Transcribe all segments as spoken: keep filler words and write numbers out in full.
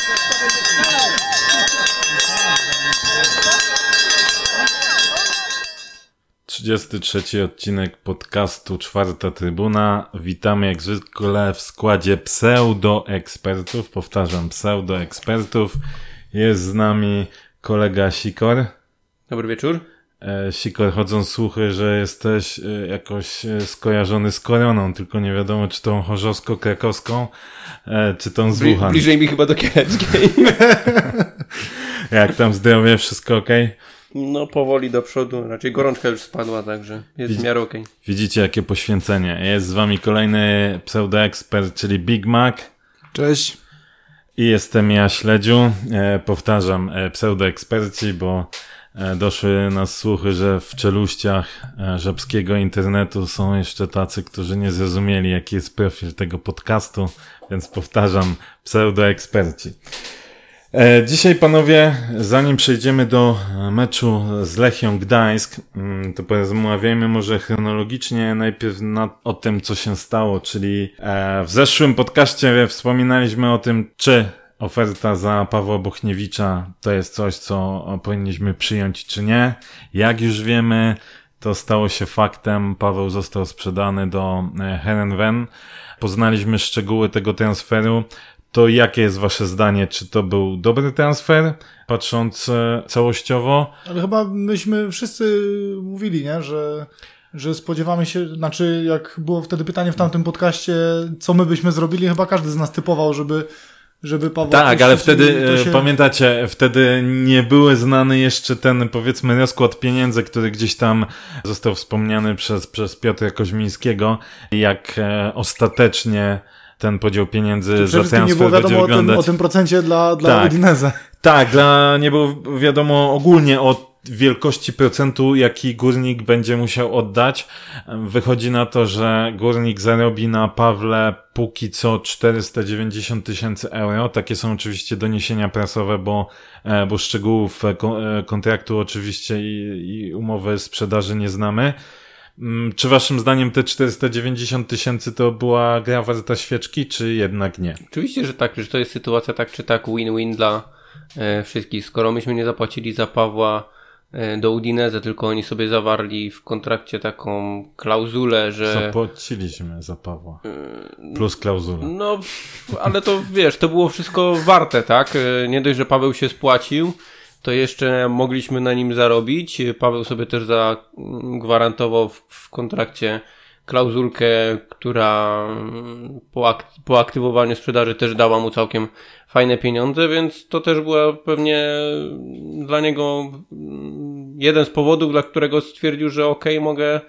trzydziesty trzeci odcinek podcastu Czwarta Trybuna. Witamy jak zwykle w składzie pseudoekspertów. Powtarzam, pseudoekspertów. Jest z nami kolega Sikor. Dobry wieczór. E, Sikor, chodzą słuchy, że jesteś e, jakoś e, skojarzony z koroną, tylko nie wiadomo, czy tą chorzowsko-krakowską, e, czy tą z Wuhan. Bliżej mi chyba do kieleckiej. Jak tam zdrowie? Wszystko okej? No powoli do przodu, raczej gorączka już spadła, także jest Widz, w miarę okej. Widzicie, jakie poświęcenie. Jest z wami kolejny pseudoekspert, czyli Big Mac. Cześć. I jestem ja, Śledziu. E, powtarzam, e, pseudoeksperci, bo e, doszły nas słuchy, że w czeluściach e, żabskiego internetu są jeszcze tacy, którzy nie zrozumieli, jaki jest profil tego podcastu, więc powtarzam, pseudoeksperci. E, dzisiaj, panowie, zanim przejdziemy do meczu z Lechią Gdańsk, to porozmawiajmy może chronologicznie najpierw na, o tym, co się stało, czyli e, w zeszłym podcaście wspominaliśmy o tym, czy oferta za Pawła Bochniewicza to jest coś, co powinniśmy przyjąć, czy nie. Jak już wiemy, to stało się faktem. Paweł został sprzedany do Heerenveen. Poznaliśmy szczegóły tego transferu. To jakie jest wasze zdanie? Czy to był dobry transfer, patrząc e, całościowo? Ale chyba myśmy wszyscy mówili, nie, że, że spodziewamy się, znaczy jak było wtedy pytanie w tamtym podcaście, co my byśmy zrobili, chyba każdy z nas typował, żeby żeby Paweł... Tak, ale wtedy, się... pamiętacie, wtedy nie były znany jeszcze ten, powiedzmy, rozkład pieniędzy, który gdzieś tam został wspomniany przez, przez Piotra Koźmińskiego, jak e, ostatecznie ten podział pieniędzy za transfer nie było wiadomo będzie o wyglądać. Tym, o tym procencie dla, dla tak, Udinese. Tak, dla, nie było wiadomo ogólnie o wielkości procentu, jaki Górnik będzie musiał oddać. Wychodzi na to, że Górnik zarobi na Pawle póki co czterysta dziewięćdziesiąt tysięcy euro. Takie są oczywiście doniesienia prasowe, bo, bo szczegółów kontraktu oczywiście i, i umowy sprzedaży nie znamy. Czy waszym zdaniem te czterysta dziewięćdziesiąt tysięcy to była gra warta świeczki, czy jednak nie? Oczywiście, że tak, że to jest sytuacja tak czy tak win-win dla e, wszystkich. Skoro myśmy nie zapłacili za Pawła e, do Udinese, tylko oni sobie zawarli w kontrakcie taką klauzulę, że... Zapłaciliśmy za Pawła. Plus klauzulę. No, ale to wiesz, to było wszystko warte, tak? E, nie dość, że Paweł się spłacił, to jeszcze mogliśmy na nim zarobić. Paweł sobie też zagwarantował w, w kontrakcie klauzulkę, która po, ak- po aktywowaniu sprzedaży też dała mu całkiem fajne pieniądze, więc to też była pewnie dla niego jeden z powodów, dla którego stwierdził, że okej, okay, mogę,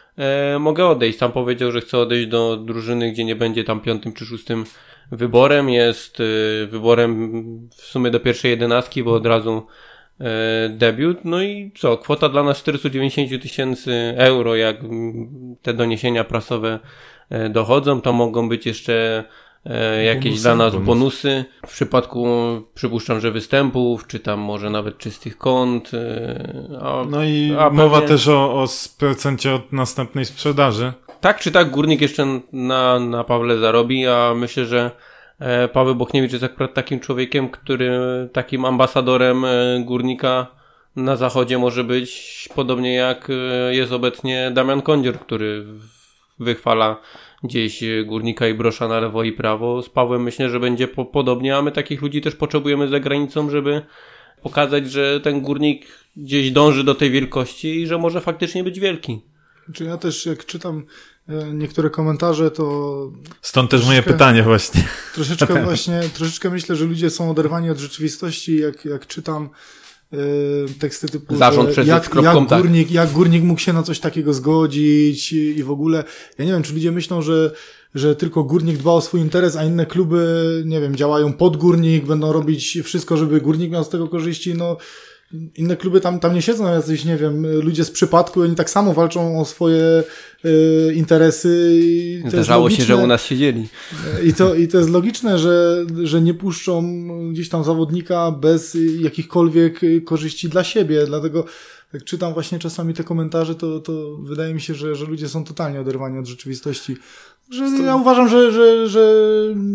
e, mogę odejść. Sam powiedział, że chce odejść do drużyny, gdzie nie będzie tam piątym czy szóstym wyborem. Jest y, wyborem w sumie do pierwszej jedenastki, bo od razu y, debiut. No i co? Kwota dla nas czterysta dziewięćdziesiąt tysięcy euro, jak te doniesienia prasowe y, dochodzą. To mogą być jeszcze y, jakieś bonusy, dla nas bonus. bonusy. W przypadku przypuszczam, że występów, czy tam może nawet czystych kont. Y, a, no i a mowa pewnie... też o, o procencie od następnej sprzedaży. Tak czy tak Górnik jeszcze na, na Pawle zarobi, a myślę, że e, Paweł Bochniewicz jest akurat takim człowiekiem, który takim ambasadorem e, Górnika na zachodzie może być, podobnie jak e, jest obecnie Damian Kondzior, który wychwala gdzieś Górnika i Brosza na lewo i prawo. Z Pawłem myślę, że będzie po, podobnie, a my takich ludzi też potrzebujemy za granicą, żeby pokazać, że ten Górnik gdzieś dąży do tej wielkości i że może faktycznie być wielki. Czy ja też jak czytam niektóre komentarze, to... Stąd też moje pytanie właśnie. Troszeczkę właśnie, troszeczkę myślę, że ludzie są oderwani od rzeczywistości, jak, jak czytam y, teksty typu, Zarząd przez jak, kropką, jak, tak. górnik, jak Górnik mógł się na coś takiego zgodzić i, i w ogóle, ja nie wiem, czy ludzie myślą, że że tylko Górnik dba o swój interes, a inne kluby, nie wiem, działają pod Górnik, będą robić wszystko, żeby Górnik miał z tego korzyści, no inne kluby tam, tam nie siedzą jacyś, nie wiem, ludzie z przypadku, oni tak samo walczą o swoje y, interesy. I to Zdarzało jest się, że u nas siedzieli. I to, i to jest logiczne, że, że nie puszczą gdzieś tam zawodnika bez jakichkolwiek korzyści dla siebie, dlatego jak czytam właśnie czasami te komentarze, to, to wydaje mi się, że, że ludzie są totalnie oderwani od rzeczywistości. Że ja uważam, że, że, że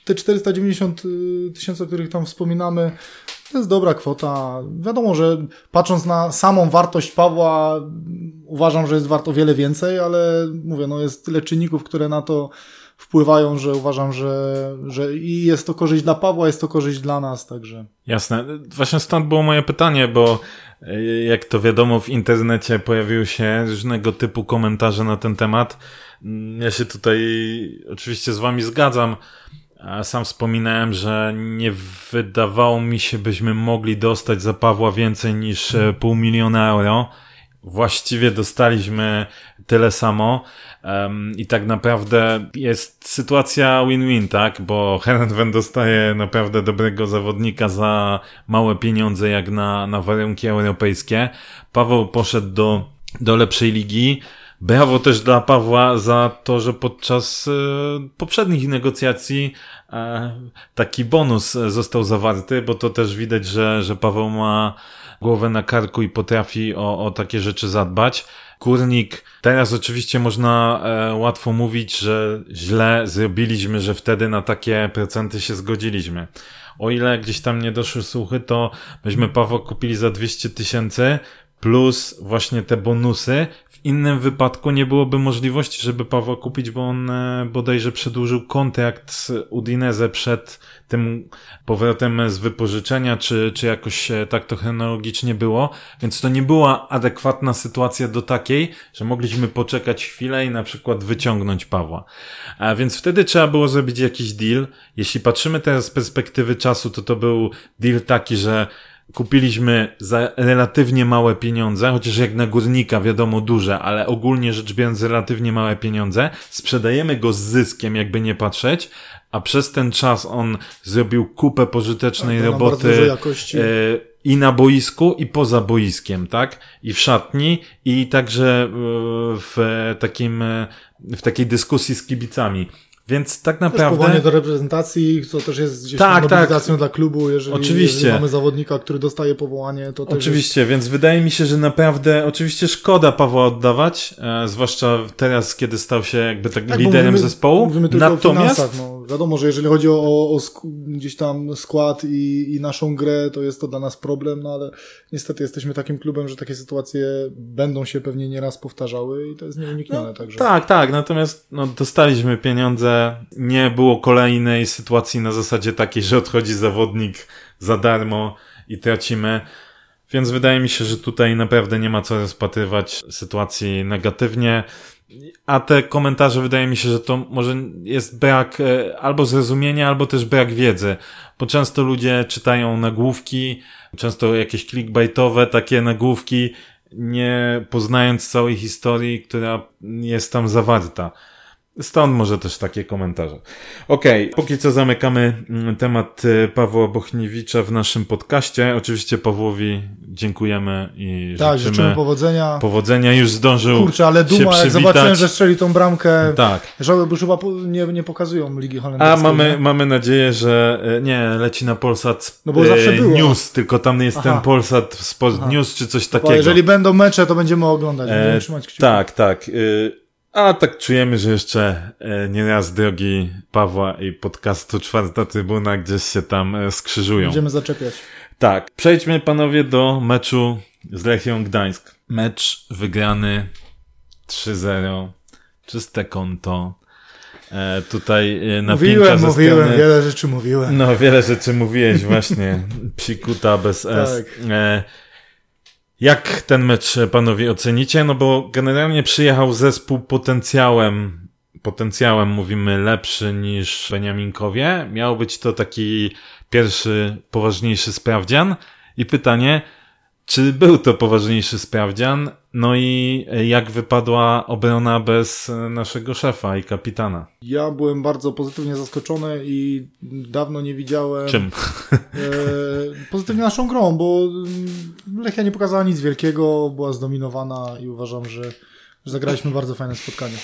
te czterysta dziewięćdziesiąt tysięcy, o których tam wspominamy, to jest dobra kwota. Wiadomo, że patrząc na samą wartość Pawła, uważam, że jest wart o wiele więcej, ale mówię, no jest tyle czynników, które na to wpływają, że uważam, że, że i jest to korzyść dla Pawła, jest to korzyść dla nas, także. Jasne. Właśnie stąd było moje pytanie, bo jak to wiadomo, w internecie pojawiły się różnego typu komentarze na ten temat. Ja się tutaj oczywiście z wami zgadzam. Sam wspominałem, że nie wydawało mi się, byśmy mogli dostać za Pawła więcej niż pół miliona euro. Właściwie dostaliśmy tyle samo um, i tak naprawdę jest sytuacja win-win, tak? Bo Heerenveen dostaje naprawdę dobrego zawodnika za małe pieniądze jak na, na warunki europejskie. Paweł poszedł do, do lepszej ligi. Brawo też dla Pawła za to, że podczas e, poprzednich negocjacji e, taki bonus został zawarty, bo to też widać, że, że Paweł ma głowę na karku i potrafi o, o takie rzeczy zadbać. Górnik, teraz oczywiście można e, łatwo mówić, że źle zrobiliśmy, że wtedy na takie procenty się zgodziliśmy. O ile gdzieś tam nie doszły słuchy, to myśmy Pawła kupili za dwieście tysięcy plus właśnie te bonusy. W innym wypadku nie byłoby możliwości, żeby Pawła kupić, bo on e, bodajże przedłużył kontrakt z Udinese przed tym powrotem z wypożyczenia, czy, czy jakoś e, tak to chronologicznie było, więc to nie była adekwatna sytuacja do takiej, że mogliśmy poczekać chwilę i na przykład wyciągnąć Pawła. A więc wtedy trzeba było zrobić jakiś deal. Jeśli patrzymy teraz z perspektywy czasu, to to był deal taki, że kupiliśmy za relatywnie małe pieniądze, chociaż jak na Górnika wiadomo duże, ale ogólnie rzecz biorąc relatywnie małe pieniądze, sprzedajemy go z zyskiem, jakby nie patrzeć, a przez ten czas on zrobił kupę pożytecznej tak, roboty e, i na boisku, i poza boiskiem, tak? I w szatni, i także w takim, w takiej dyskusji z kibicami. Więc tak naprawdę... Powołanie do reprezentacji, to też jest gdzieś tak, mobilizacją tak. dla klubu, jeżeli, oczywiście. jeżeli mamy zawodnika, który dostaje powołanie, to też Oczywiście, jest... więc wydaje mi się, że naprawdę, oczywiście szkoda Pawła oddawać, e, zwłaszcza teraz, kiedy stał się jakby tak, tak liderem mówimy, zespołu. Mówimy tylko Natomiast... o finansach, no. Wiadomo, że jeżeli chodzi o, o sk- gdzieś tam skład i, i naszą grę, to jest to dla nas problem, no ale niestety jesteśmy takim klubem, że takie sytuacje będą się pewnie nieraz powtarzały i to jest nieuniknione. No, także. Tak, tak, natomiast no, dostaliśmy pieniądze, nie było kolejnej sytuacji na zasadzie takiej, że odchodzi zawodnik za darmo i tracimy. Więc wydaje mi się, że tutaj naprawdę nie ma co rozpatrywać sytuacji negatywnie. A te komentarze wydaje mi się, że to może jest brak e, albo zrozumienia, albo też brak wiedzy. Bo często ludzie czytają nagłówki, często jakieś clickbaitowe takie nagłówki, nie poznając całej historii, która jest tam zawarta. Stąd może też takie komentarze. Okej, okay, póki co zamykamy temat Pawła Bochniewicza w naszym podcaście. Oczywiście Pawłowi dziękujemy i tak, życzymy, życzymy powodzenia. Powodzenia, już zdążył Kurczę, ale duma, się jak przywitać. zobaczyłem, że strzeli tą bramkę. Tak. Żałuję, bo już chyba nie, nie pokazują Ligi Holenderskiej. A mamy, nie? mamy nadzieję, że nie, leci na Polsat no bo zawsze było. News, tylko tam jest Aha. ten Polsat Sport Aha. News czy coś Bo takiego. jeżeli będą mecze, to będziemy oglądać, będziemy e, trzymać kciuki. Tak, tak. Y- A tak czujemy, że jeszcze e, nieraz drogi Pawła i podcastu Czwarta Trybuna gdzieś się tam e, skrzyżują. Będziemy zaczepiać. Tak, przejdźmy panowie do meczu z Lechią Gdańsk. Mecz wygrany trzy zero, czyste konto. E, tutaj e, napięcia Mówiłem, ze mówiłem, strony... wiele rzeczy mówiłem. No, wiele rzeczy mówiłeś właśnie. Psikuta bez S. Tak. E, Jak ten mecz panowie ocenicie? No bo generalnie przyjechał zespół potencjałem, potencjałem mówimy lepszy niż Beniaminkowie. Miał być to taki pierwszy, poważniejszy sprawdzian. I pytanie, czy był to poważniejszy sprawdzian? No i jak wypadła obrona bez naszego szefa i kapitana? Ja byłem bardzo pozytywnie zaskoczony i dawno nie widziałem... Czym? E, pozytywnie naszą grą, bo Lechia nie pokazała nic wielkiego, była zdominowana i uważam, że, że zagraliśmy bardzo fajne spotkanie.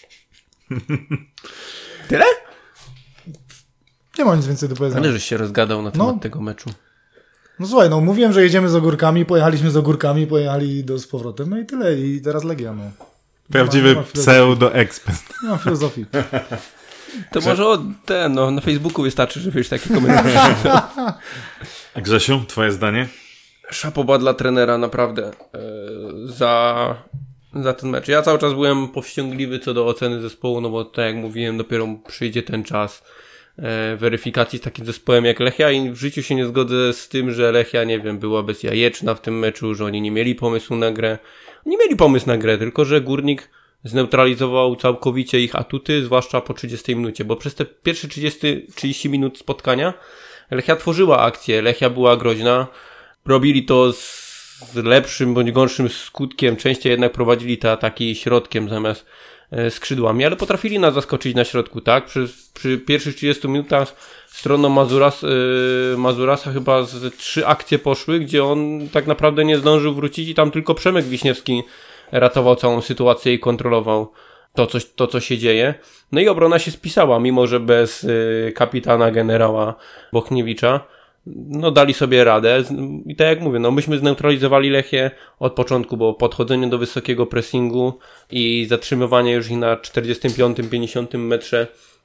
Tyle? Nie ma nic więcej do powiedzenia. Ale żeś się rozgadał na temat No. tego meczu. No słuchaj, no mówiłem, że jedziemy z ogórkami, pojechaliśmy z ogórkami, pojechali do, z powrotem, no i tyle. I teraz Legia, no. Prawdziwy pseudo-ekspert. Nie mam filozofii. To Grze... może od, ten, no, na Facebooku wystarczy, że wiesz taki komentarz. Grzesiu, twoje zdanie? Szapoba dla trenera, naprawdę, yy, za, za ten mecz. Ja cały czas byłem powściągliwy co do oceny zespołu, no bo tak jak mówiłem, dopiero przyjdzie ten czas yy, weryfikacji z takim zespołem jak Lechia i w życiu się nie zgodzę z tym, że Lechia, nie wiem, była bezjajeczna w tym meczu, że oni nie mieli pomysłu na grę. Nie mieli pomysłu na grę, tylko że Górnik zneutralizował całkowicie ich atuty, zwłaszcza po trzydziestej minucie, bo przez te pierwsze trzydzieści, trzydzieści minut spotkania Lechia tworzyła akcję, Lechia była groźna, robili to z lepszym bądź gorszym skutkiem, częściej jednak prowadzili te ataki środkiem zamiast e, skrzydłami, ale potrafili nas zaskoczyć na środku, tak? Przy, przy pierwszych trzydziestu minutach stroną Mazuras, e, Mazurasa chyba z trzy akcje poszły, gdzie on tak naprawdę nie zdążył wrócić i tam tylko Przemek Wiśniewski ratował całą sytuację i kontrolował to, co, to, co się dzieje. No i obrona się spisała, mimo że bez y, kapitana generała Bochniewicza. No dali sobie radę i tak jak mówię, no myśmy zneutralizowali Lechię od początku, bo podchodzenie do wysokiego pressingu i zatrzymywanie już ich na czterdziestym piątym pięćdziesiątym metrze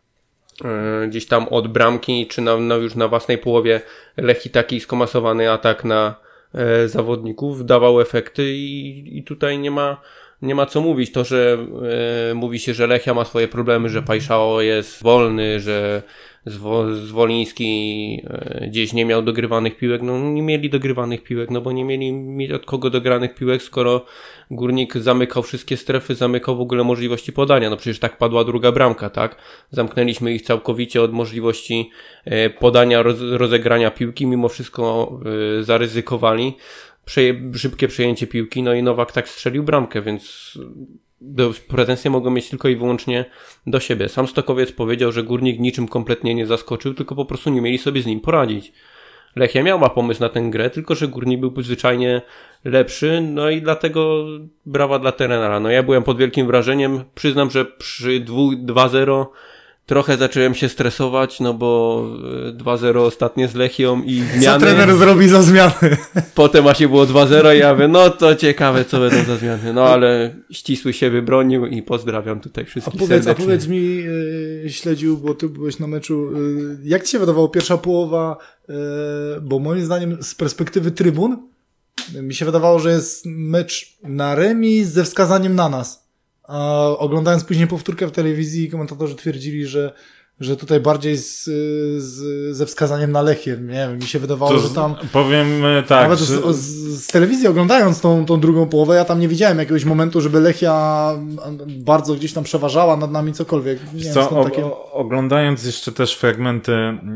y, gdzieś tam od bramki, czy na, na już na własnej połowie Lechii taki skomasowany atak na y, zawodników dawał efekty i, i tutaj nie ma Nie ma co mówić. To, że e, mówi się, że Lechia ma swoje problemy, że Pajszao jest wolny, że Zwo- Zwoliński e, gdzieś nie miał dogrywanych piłek. No nie mieli dogrywanych piłek, no bo nie mieli mieć od kogo dogranych piłek, skoro Górnik zamykał wszystkie strefy, zamykał w ogóle możliwości podania. No przecież tak padła druga bramka, tak? Zamknęliśmy ich całkowicie od możliwości e, podania, roz- rozegrania piłki, mimo wszystko e, zaryzykowali. Przeje- szybkie przejęcie piłki, no i Nowak tak strzelił bramkę, więc do, pretensje mogą mieć tylko i wyłącznie do siebie. Sam Stokowiec powiedział, że Górnik niczym kompletnie nie zaskoczył, tylko po prostu nie mieli sobie z nim poradzić. Lechia miała pomysł na tę grę, tylko że Górnik był zwyczajnie lepszy, no i dlatego brawa dla trenera. No ja byłem pod wielkim wrażeniem, przyznam, że przy dwa zero trochę zacząłem się stresować, no bo dwa zero ostatnie z Lechią i zmiany. Co trener zrobi za zmiany? Potem właśnie było dwa zero i ja mówię, no to ciekawe, co będą za zmiany. No ale Ścisły się wybronił i pozdrawiam tutaj wszystkich a powiedz, serdecznie. A powiedz mi, yy, Śledziu, bo ty byłeś na meczu, yy, jak ci się wydawało pierwsza połowa, yy, bo moim zdaniem z perspektywy trybun mi się wydawało, że jest mecz na remis ze wskazaniem na nas. A oglądając później powtórkę w telewizji, komentatorzy twierdzili, że, że tutaj bardziej z, z, ze wskazaniem na Lechię. Nie wiem, mi się wydawało, to że tam... Powiem tak. Nawet że... z, z, z telewizji oglądając tą, tą drugą połowę, ja tam nie widziałem jakiegoś momentu, żeby Lechia bardzo gdzieś tam przeważała nad nami cokolwiek. Nie wiem, Co, o, takie... Oglądając jeszcze też fragmenty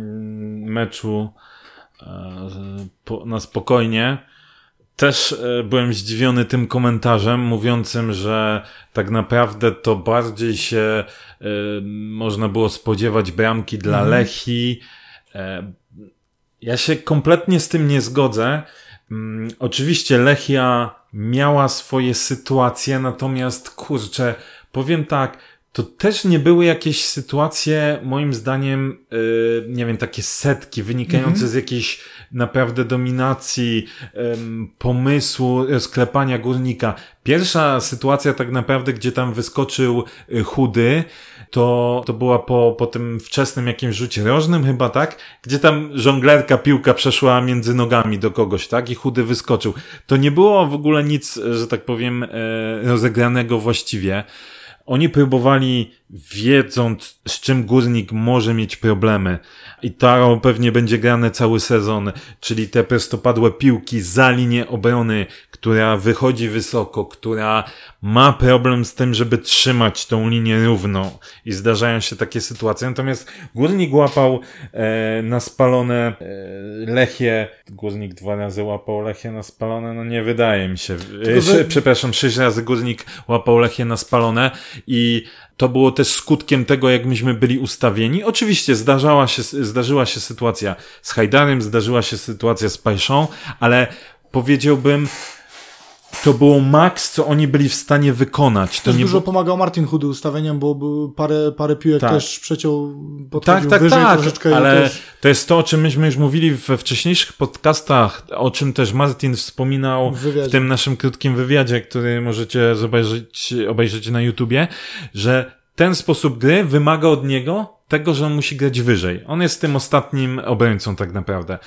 meczu e, po, na spokojnie, też e, byłem zdziwiony tym komentarzem mówiącym, że tak naprawdę to bardziej się e, można było spodziewać bramki dla mhm. Lechii. E, ja się kompletnie z tym nie zgodzę. Mm, oczywiście Lechia miała swoje sytuacje, natomiast kurczę, powiem tak, to też nie były jakieś sytuacje, moim zdaniem, yy, nie wiem, takie setki wynikające mm-hmm. z jakiejś naprawdę dominacji, ym, pomysłu, sklepania Górnika. Pierwsza sytuacja tak naprawdę, gdzie tam wyskoczył y, Chudy, to, to była po, po tym wczesnym jakimś rzucie rożnym chyba, tak? Gdzie tam żonglerka piłka przeszła między nogami do kogoś, tak? I Chudy wyskoczył. To nie było w ogóle nic, że tak powiem, e, rozegranego właściwie. Oni próbowali, wiedząc, z czym Górnik może mieć problemy. I to pewnie będzie grane cały sezon, czyli te prostopadłe piłki za linię obrony, która wychodzi wysoko, która ma problem z tym, żeby trzymać tą linię równo. I zdarzają się takie sytuacje. Natomiast Górnik łapał e, na spalone e, Lechię. Górnik dwa razy łapał Lechię na spalone? No nie wydaje mi się. E, że... Przepraszam, sześć razy Górnik łapał Lechię na spalone i to było też skutkiem tego, jak myśmy byli ustawieni. Oczywiście zdarzała się, zdarzyła się sytuacja z Hajdarem, zdarzyła się sytuacja z Pajszą, ale powiedziałbym, to było maks, co oni byli w stanie wykonać. To też nie dużo bu... pomagał Martin Chudy ustawieniem, bo był parę, parę piłek tak. też przeciął, podchodził tak, tak, wyżej tak, troszeczkę. Ale też... to jest to, o czym myśmy już mówili we wcześniejszych podcastach, o czym też Martin wspominał w, w tym naszym krótkim wywiadzie, który możecie zobaczyć, obejrzeć na YouTubie, że ten sposób gry wymaga od niego tego, że on musi grać wyżej. On jest tym ostatnim obrońcą tak naprawdę.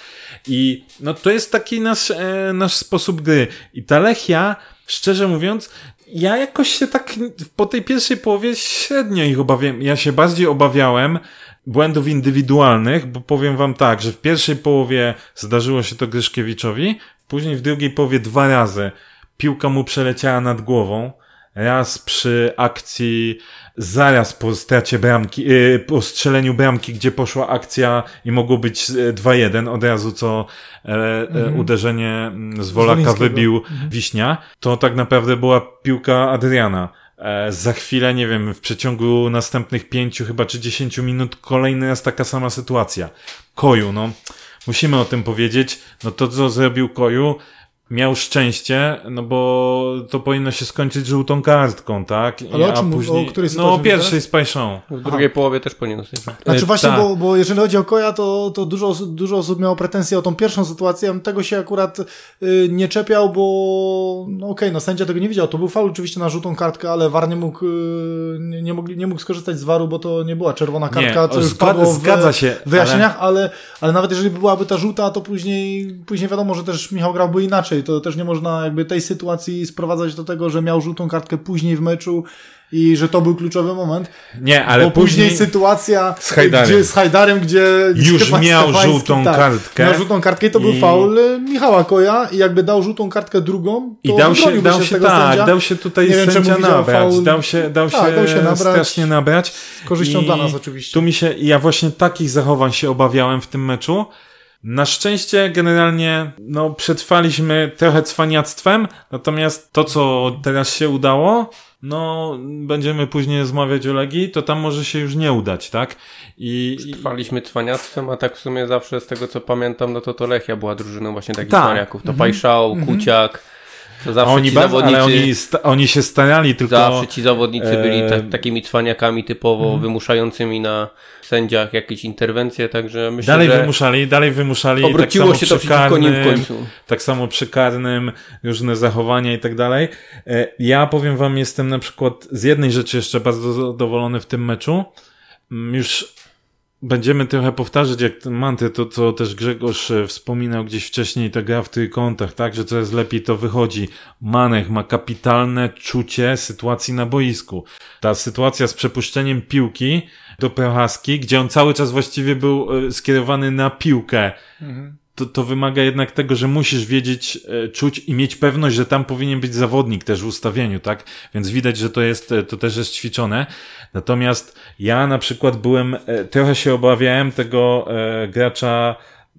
I no to jest taki nasz, e, nasz sposób gry. I ta Lechia, szczerze mówiąc, ja jakoś się tak po tej pierwszej połowie średnio ich obawiałem. Ja się bardziej obawiałem błędów indywidualnych, bo powiem wam tak, że w pierwszej połowie zdarzyło się to Gryszkiewiczowi, później w drugiej połowie dwa razy piłka mu przeleciała nad głową. Raz przy akcji zaraz po stracie bramki, yy, po strzeleniu bramki, gdzie poszła akcja i mogło być dwa jeden, od razu co e, e, mhm. uderzenie z Wolaka wybił mhm. Wiśnia, to tak naprawdę była piłka Adriana. E, za chwilę, nie wiem, w przeciągu następnych pięciu chyba czy dziesięciu minut kolejny raz taka sama sytuacja. Koju, no musimy o tym powiedzieć, no to co zrobił Koju, miał szczęście, no bo to powinno się skończyć żółtą kartką, tak? Ale a o czym, później, o której no o pierwszej z Pajszą. W drugiej Aha. połowie też powinien być. Znaczy właśnie, Ta. bo, bo jeżeli chodzi o Koja, to, to dużo, dużo osób miało pretensje o tą pierwszą sytuację, ja bym tego się akurat y, nie czepiał, bo no okej, okay, no sędzia tego nie widział, to był faul oczywiście na żółtą kartkę, ale V A R nie mógł, y, nie, nie, mógł, nie mógł skorzystać z V A R-u, bo to nie była czerwona kartka, nie, co już zgadza, padło w zgadza się, wyjaśnieniach, ale... ale, ale nawet jeżeli byłaby ta żółta, to później, później wiadomo, że też Michał grałby inaczej, to też nie można jakby tej sytuacji sprowadzać do tego, że miał żółtą kartkę później w meczu i że to był kluczowy moment. Nie, ale bo później, później sytuacja z Hajdarem, gdzie, z Hajdarem, gdzie już Stefan miał Stefański, żółtą tak, kartkę. Miał żółtą kartkę i to był i... faul Michała Koja i jakby dał żółtą kartkę drugą, to I dał się, dał się, się tego tak, sędzia. dał się tutaj nie wiem, sędzia nabrać, faul... dał się, dał tak, się, dał się nabrać, strasznie nabrać. Z korzyścią I dla nas oczywiście. Tu mi się, ja właśnie takich zachowań się obawiałem w tym meczu. Na szczęście generalnie no, przetrwaliśmy trochę cwaniactwem, natomiast to, co teraz się udało, no będziemy później rozmawiać o Legii, to tam może się już nie udać, tak? I Przetrwaliśmy cwaniactwem, a tak w sumie zawsze z tego, co pamiętam, no to to Lechia była drużyną właśnie takich Ta. cwaniaków. To Mhm. Pajszał, Mhm. Kuciak, to zawsze oni ci bardzo, zawodnicy... ale oni, sta- oni się starali, tylko... Zawsze ci zawodnicy byli ta, e... takimi cwaniakami typowo Mhm. wymuszającymi na sędziach jakieś interwencje, także myślę, Dalej że... wymuszali, dalej wymuszali. Obróciło tak samo się to przeciwko nim w końcu. Tak samo przy karnym, różne zachowania i tak dalej. Ja powiem wam, jestem na przykład z jednej rzeczy jeszcze bardzo zadowolony w tym meczu. Już będziemy trochę powtarzać jak mantry, to co też Grzegorz wspominał gdzieś wcześniej, ta gra w trójkątach, tak, że coraz lepiej to wychodzi. Manech ma kapitalne czucie sytuacji na boisku. Ta sytuacja z przepuszczeniem piłki do Prochaski, gdzie on cały czas właściwie był skierowany na piłkę. Mhm. To, to wymaga jednak tego, że musisz wiedzieć, e, czuć i mieć pewność, że tam powinien być zawodnik też w ustawieniu, tak? Więc widać, że to jest, to też jest ćwiczone. Natomiast ja na przykład byłem, e, trochę się obawiałem tego e, gracza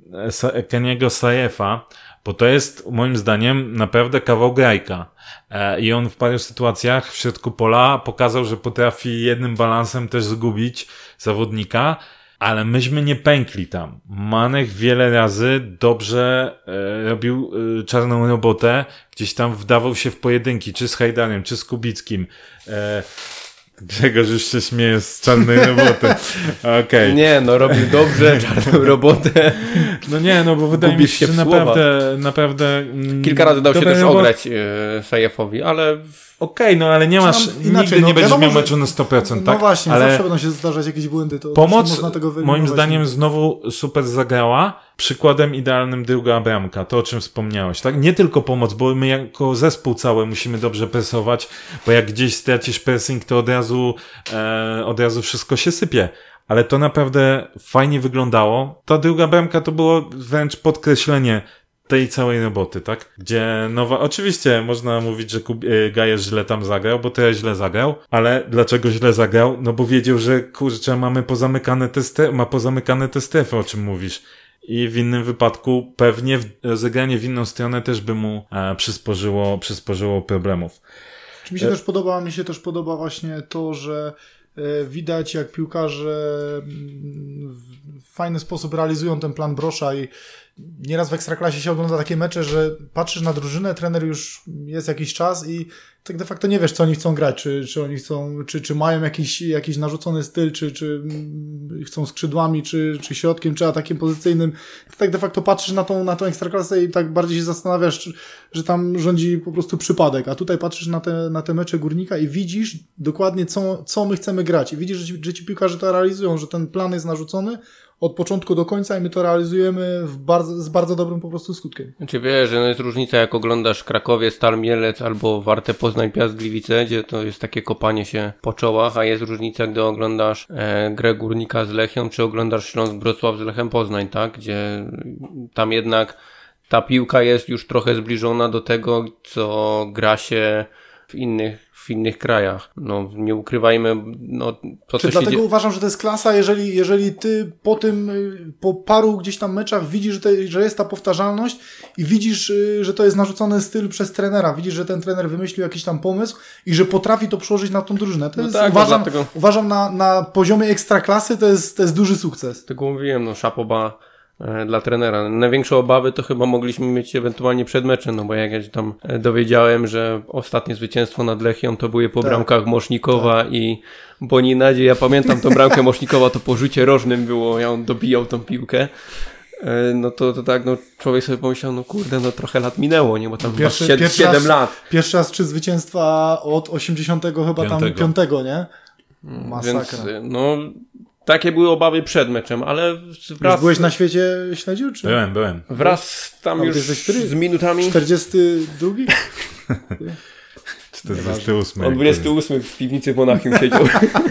e, Keniego Sajefa, bo to jest moim zdaniem naprawdę kawał grajka. E, I on w paru sytuacjach w środku pola pokazał, że potrafi jednym balansem też zgubić zawodnika. Ale myśmy nie pękli tam. Manech wiele razy dobrze e, robił e, czarną robotę. Gdzieś tam wdawał się w pojedynki, czy z Hajdarem, czy z Kubickim. E, Grzegorz już się śmieje z czarnej roboty. Okay. Nie, no robił dobrze czarną robotę. No nie, no bo wydaje mi się, że naprawdę, naprawdę... Mm, Kilka razy dał się też robot... ograć e, Sajefowi, ale... Okej, okay, no ale nie masz, inaczej, nigdy no, nie będziesz miał meczu na sto procent, tak? No właśnie, ale zawsze będą się zdarzać jakieś błędy. To pomoc, można tego moim zdaniem, znowu super zagrała. Przykładem idealnym druga bramka, to o czym wspomniałeś, tak? Nie tylko pomoc, bo my jako zespół cały musimy dobrze presować, bo jak gdzieś stracisz pressing, to od razu, e, od razu wszystko się sypie. Ale to naprawdę fajnie wyglądało. Ta druga bramka to było wręcz podkreślenie tej całej roboty, tak? Gdzie nowa, oczywiście można mówić, że Kub... Gajerz źle tam zagrał, bo teraz źle zagrał, ale dlaczego źle zagrał? No bo wiedział, że kurczę, mamy pozamykane te strefy, ma pozamykane te strefy, o czym mówisz. I w innym wypadku pewnie rozegranie w inną stronę też by mu e, przysporzyło, przysporzyło problemów. Czy mi się e... też podoba, mi się też podoba właśnie to, że widać, jak piłkarze w fajny sposób realizują ten plan Brosza i, nieraz w Ekstraklasie się ogląda takie mecze, że patrzysz na drużynę, trener już jest jakiś czas i tak de facto nie wiesz, co oni chcą grać, czy, czy oni chcą, czy, czy mają jakiś, jakiś narzucony styl, czy, czy chcą skrzydłami, czy, czy środkiem, czy atakiem pozycyjnym. Tak de facto patrzysz na tą, na tą Ekstraklasę i tak bardziej się zastanawiasz, czy, że tam rządzi po prostu przypadek, a tutaj patrzysz na te, na te mecze Górnika i widzisz dokładnie, co, co my chcemy grać i widzisz, że ci, że ci piłkarze to realizują, że ten plan jest narzucony od początku do końca i my to realizujemy w bardzo, z bardzo dobrym po prostu skutkiem. Znaczy wiesz, że no jest różnica, jak oglądasz Krakowie, Stal Mielec albo Wartę Poznań, Piast Gliwice, gdzie to jest takie kopanie się po czołach, a jest różnica, gdy oglądasz e, grę Górnika z Lechią, czy oglądasz Śląsk Wrocław z Lechem Poznań, tak? Gdzie tam jednak ta piłka jest już trochę zbliżona do tego, co gra się w innych w innych krajach. No, nie ukrywajmy, no, to Czy co dlatego się dzieje... uważam, że to jest klasa, jeżeli, jeżeli ty po tym, po paru gdzieś tam meczach widzisz, że, te, że jest ta powtarzalność i widzisz, że to jest narzucony styl przez trenera, widzisz, że ten trener wymyślił jakiś tam pomysł i że potrafi to przełożyć na tą drużynę. To no jest, tak, uważam, no dlatego... uważam na, na poziomie ekstraklasy to jest, to jest duży sukces. Tego mówiłem, no szapoba dla trenera. Największe obawy to chyba mogliśmy mieć ewentualnie przed meczem, no bo jak ja się tam dowiedziałem, że ostatnie zwycięstwo nad Lechią to były po tak. bramkach Mosznikowa tak. i Boninadzie. Ja pamiętam tą bramkę Mosznikowa, to po rzucie rożnym było, ja on dobijał tą piłkę. No to, to tak, no człowiek sobie pomyślał, no kurde, no trochę lat minęło, nie, bo tam pierwszy, siedem, pierwszy siedem raz, lat. Pierwszy raz trzy zwycięstwa od osiemdziesiątego chyba tam piątego, nie? Masakra. Więc, no takie były obawy przed meczem, ale wraz... Już byłeś na świecie śledził? Czy? Byłem, byłem. Wraz tam A, już z minutami... czterdziesty drugi? czterdziesty ósmy. On dwudziesty ósmy w piwnicy w Monachium siedział.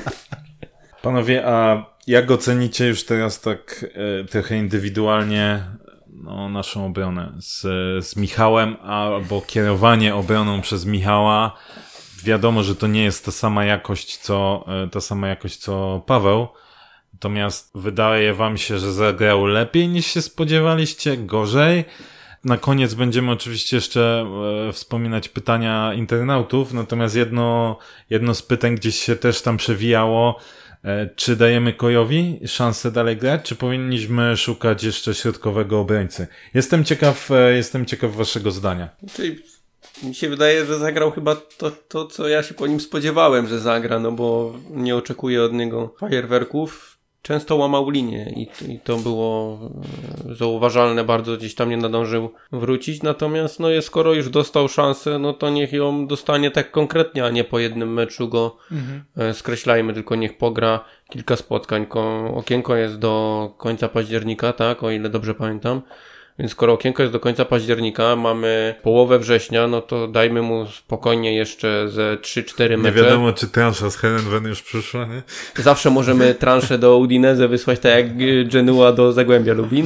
Panowie, a jak ocenicie już teraz tak e, trochę indywidualnie no, naszą obronę z, z Michałem, albo kierowanie obroną przez Michała? Wiadomo, że to nie jest ta sama jakość, co, e, ta sama jakość, co Paweł. Natomiast wydaje wam się, że zagrał lepiej niż się spodziewaliście? Gorzej? Na koniec będziemy oczywiście jeszcze e, wspominać pytania internautów, natomiast jedno, jedno z pytań gdzieś się też tam przewijało. E, czy dajemy Kojowi szansę dalej grać, czy powinniśmy szukać jeszcze środkowego obrońcy? Jestem ciekaw, e, jestem ciekaw waszego zdania. Czyli mi się wydaje, że zagrał chyba to, to, co ja się po nim spodziewałem, że zagra, no bo nie oczekuję od niego fajerwerków. Często łamał linię i, i to było e, zauważalne, bardzo gdzieś tam nie nadążył wrócić, natomiast no jest, skoro już dostał szansę, no to niech ją dostanie tak konkretnie, a nie po jednym meczu go mhm. e, skreślajmy, tylko niech pogra kilka spotkań. Ko, okienko jest do końca października, tak, o ile dobrze pamiętam. Więc skoro okienko jest do końca października, mamy połowę września, no to dajmy mu spokojnie jeszcze ze trzy cztery mecze. Nie wiadomo, czy transza z Herenven już przyszła, nie? Zawsze możemy transzę do Udinese wysłać, tak jak Genua do Zagłębia Lubin,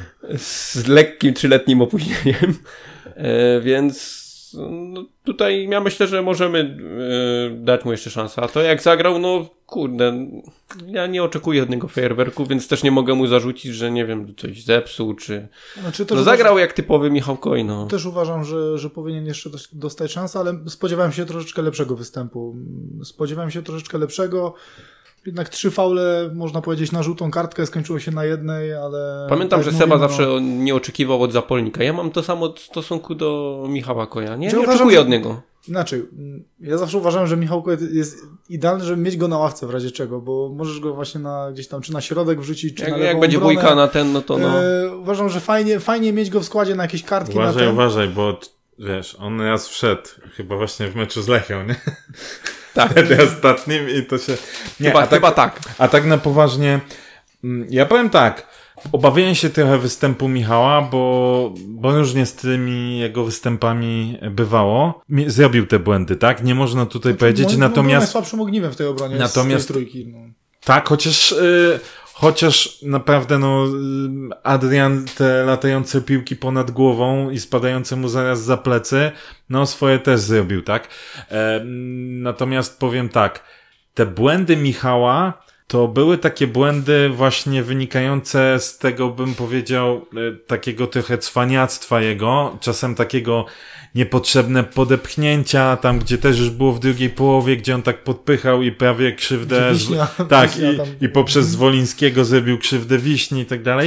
z lekkim trzyletnim opóźnieniem. E, więc no, tutaj ja myślę, że możemy e, dać mu jeszcze szansę. A to jak zagrał, no kurde, ja nie oczekuję od niego fajerwerku, więc też nie mogę mu zarzucić, że nie wiem, coś zepsuł, czy... Znaczy, no zagrał uważam, jak typowy Michał Koj, no. Też uważam, że, że powinien jeszcze dostać szansę, ale spodziewałem się troszeczkę lepszego występu. Spodziewałem się troszeczkę lepszego. Jednak trzy faule, można powiedzieć, na żółtą kartkę, skończyło się na jednej, ale... Pamiętam, tak że mówimy, Seba no... zawsze nie oczekiwał od Zapolnika. Ja mam to samo w stosunku do Michała Koja. Nie, nie uważam, oczekuję że... od niego. Inaczej, ja zawsze uważałem, że Michał Koj jest idealny, żeby mieć go na ławce w razie czego, bo możesz go właśnie na gdzieś tam, czy na środek wrzucić, czy jak, na lewą Jak będzie obronę. bójka na ten, no to no... E, uważam, że fajnie, fajnie mieć go w składzie na jakieś kartki. Uważaj, na ten. uważaj, bo wiesz, on raz wszedł, chyba właśnie w meczu z Lechią, nie? Tak. Wtedy ostatnim i to się... Nie, chyba, a tak, chyba tak. A tak na poważnie, ja powiem tak, obawiałem się trochę występu Michała, bo, bo różnie z tymi jego występami bywało. Zrobił te błędy, tak? Nie można tutaj znaczy, powiedzieć, moim, natomiast... najsłabszym ogniwem w tej obronie natomiast, z tej trójki. No. Tak, chociaż... Yy, Chociaż naprawdę, no, Adrian te latające piłki ponad głową i spadające mu zaraz za plecy, no, swoje też zrobił, tak? E, natomiast powiem tak, te błędy Michała to były takie błędy właśnie wynikające z tego, bym powiedział, e, takiego trochę cwaniactwa jego, czasem takiego niepotrzebne podepchnięcia, tam gdzie też już było w drugiej połowie, gdzie on tak podpychał i prawie krzywdę... Wiśnia, tak, Wiśnia i, i poprzez Zwolińskiego zrobił krzywdę Wiśni i tak dalej.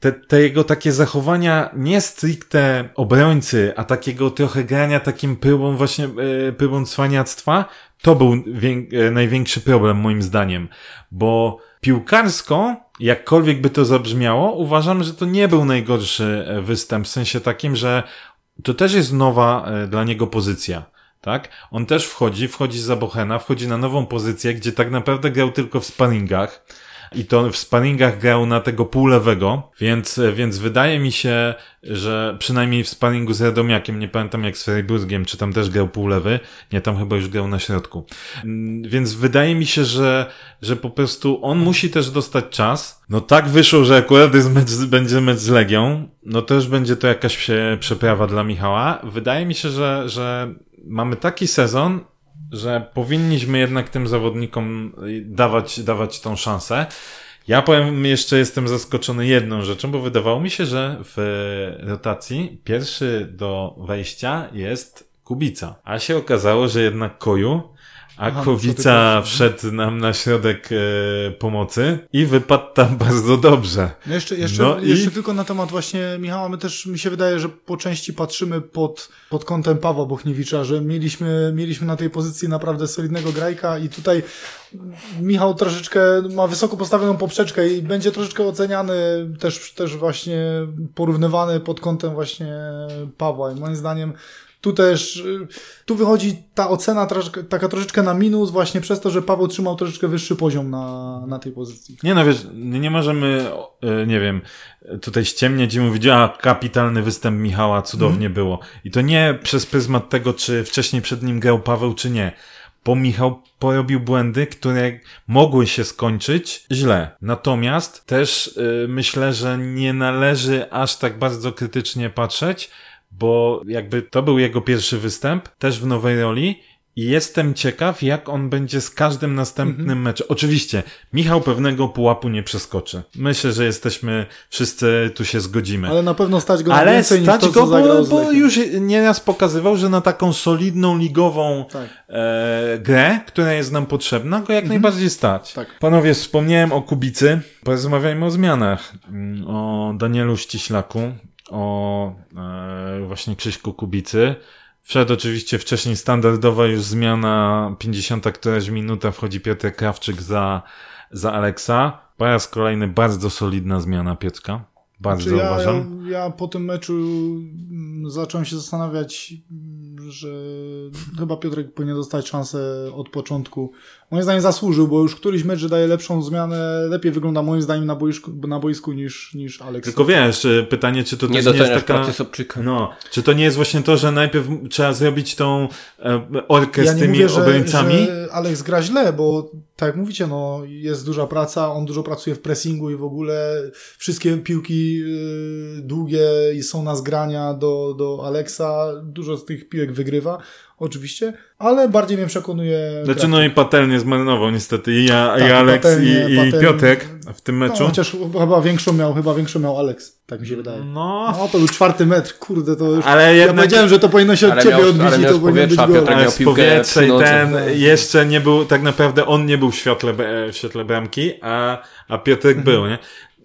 te, te jego takie zachowania nie stricte obrońcy, a takiego trochę grania takim próbą właśnie, yy, próbą cwaniactwa, to był wię- yy, największy problem moim zdaniem, bo piłkarsko, jakkolwiek by to zabrzmiało, uważam, że to nie był najgorszy występ, w sensie takim, że to też jest nowa yy, dla niego pozycja. Tak? On też wchodzi, wchodzi za Bochena, wchodzi na nową pozycję, gdzie tak naprawdę grał tylko w sparingach i to w sparingach grał na tego półlewego, więc, więc wydaje mi się, że przynajmniej w sparingu z Radomiakiem, nie pamiętam jak z Freiburgiem, czy tam też grał półlewy, nie, tam chyba już grał na środku. Więc wydaje mi się, że, że po prostu on musi też dostać czas. No tak wyszło, że akurat jest mecz, będzie mecz z Legią, no też będzie to jakaś przeprawa dla Michała. Wydaje mi się, że, że mamy taki sezon, że powinniśmy jednak tym zawodnikom dawać, dawać tą szansę. Ja powiem, jeszcze jestem zaskoczony jedną rzeczą, bo wydawało mi się, że w rotacji pierwszy do wejścia jest Kubica. A się okazało, że jednak Koju, a Aha, Kubica wszedł nam na środek e, pomocy i wypadł tam bardzo dobrze. No jeszcze, jeszcze, no jeszcze i... tylko na temat właśnie Michała, my też, mi się wydaje, że po części patrzymy pod, pod kątem Pawła Bochniewicza, że mieliśmy, mieliśmy na tej pozycji naprawdę solidnego grajka i tutaj Michał troszeczkę ma wysoko postawioną poprzeczkę i będzie troszeczkę oceniany, też, też właśnie porównywany pod kątem właśnie Pawła i moim zdaniem tu też, tu wychodzi ta ocena troszeczkę, taka troszeczkę na minus właśnie przez to, że Paweł trzymał troszeczkę wyższy poziom na, na tej pozycji. Nie no wiesz, nie możemy, nie wiem, tutaj ściemniać i mówić, a kapitalny występ Michała, cudownie mm. było. I to nie przez pryzmat tego, czy wcześniej przed nim grał Paweł, czy nie. Bo Michał porobił błędy, które mogły się skończyć źle. Natomiast też yy, myślę, że nie należy aż tak bardzo krytycznie patrzeć, bo jakby to był jego pierwszy występ, też w nowej roli i jestem ciekaw, jak on będzie z każdym następnym mm-hmm. meczem. Oczywiście, Michał pewnego pułapu nie przeskoczy. Myślę, że jesteśmy, wszyscy tu się zgodzimy. Ale na pewno stać go na Ale więcej stać niż to, go, bo, bo już nieraz pokazywał, że na taką solidną, ligową tak. e, grę, która jest nam potrzebna, go jak mm-hmm. najbardziej stać. Tak. Panowie, wspomniałem o Kubicy. Porozmawiajmy o zmianach. O Danielu Ściślaku. O e, właśnie Krzyśku Kubicy. Wszedł oczywiście wcześniej standardowa już zmiana, pięćdziesiąta któraś minuta, wchodzi Piotr Krawczyk za, za Aleksa. Po raz kolejny bardzo solidna zmiana Piotrka. Bardzo znaczy ja, uważam. Ja, ja po tym meczu zacząłem się zastanawiać, że chyba Piotrek powinien dostać szansę od początku. Moim zdaniem zasłużył, bo już któryś mecz daje lepszą zmianę, lepiej wygląda moim zdaniem na boisku, na boisku niż, niż Aleks. Tylko wiesz, pytanie, czy to nie też nie jest taka... pracy Sobczyka. No, czy to nie jest właśnie to, że najpierw trzeba zrobić tą e, orkę ja z tymi mówię, że, obrońcami? że Aleks gra źle, bo tak jak mówicie, no jest duża praca, on dużo pracuje w pressingu i w ogóle wszystkie piłki y, długie są na zgrania do, do Aleksa, dużo z tych piłek wygrywa. Oczywiście, ale bardziej mnie przekonuje... Znaczy no i patelnie zmarnował niestety i ja, tak, i Aleks patelnie, i, i patelnie. Piotrek w tym meczu. No, chociaż chyba większą miał, chyba większą miał Aleks, tak mi się wydaje. No, no to był czwarty metr, kurde, to już... Ale jednak... Ja powiedziałem, że to powinno się od ale ciebie miał, odbić i to powinno być gol. Ale z powietrza i ten jeszcze nie był, tak naprawdę on nie był w świetle, w świetle bramki, a, a Piotrek mhm. był, nie?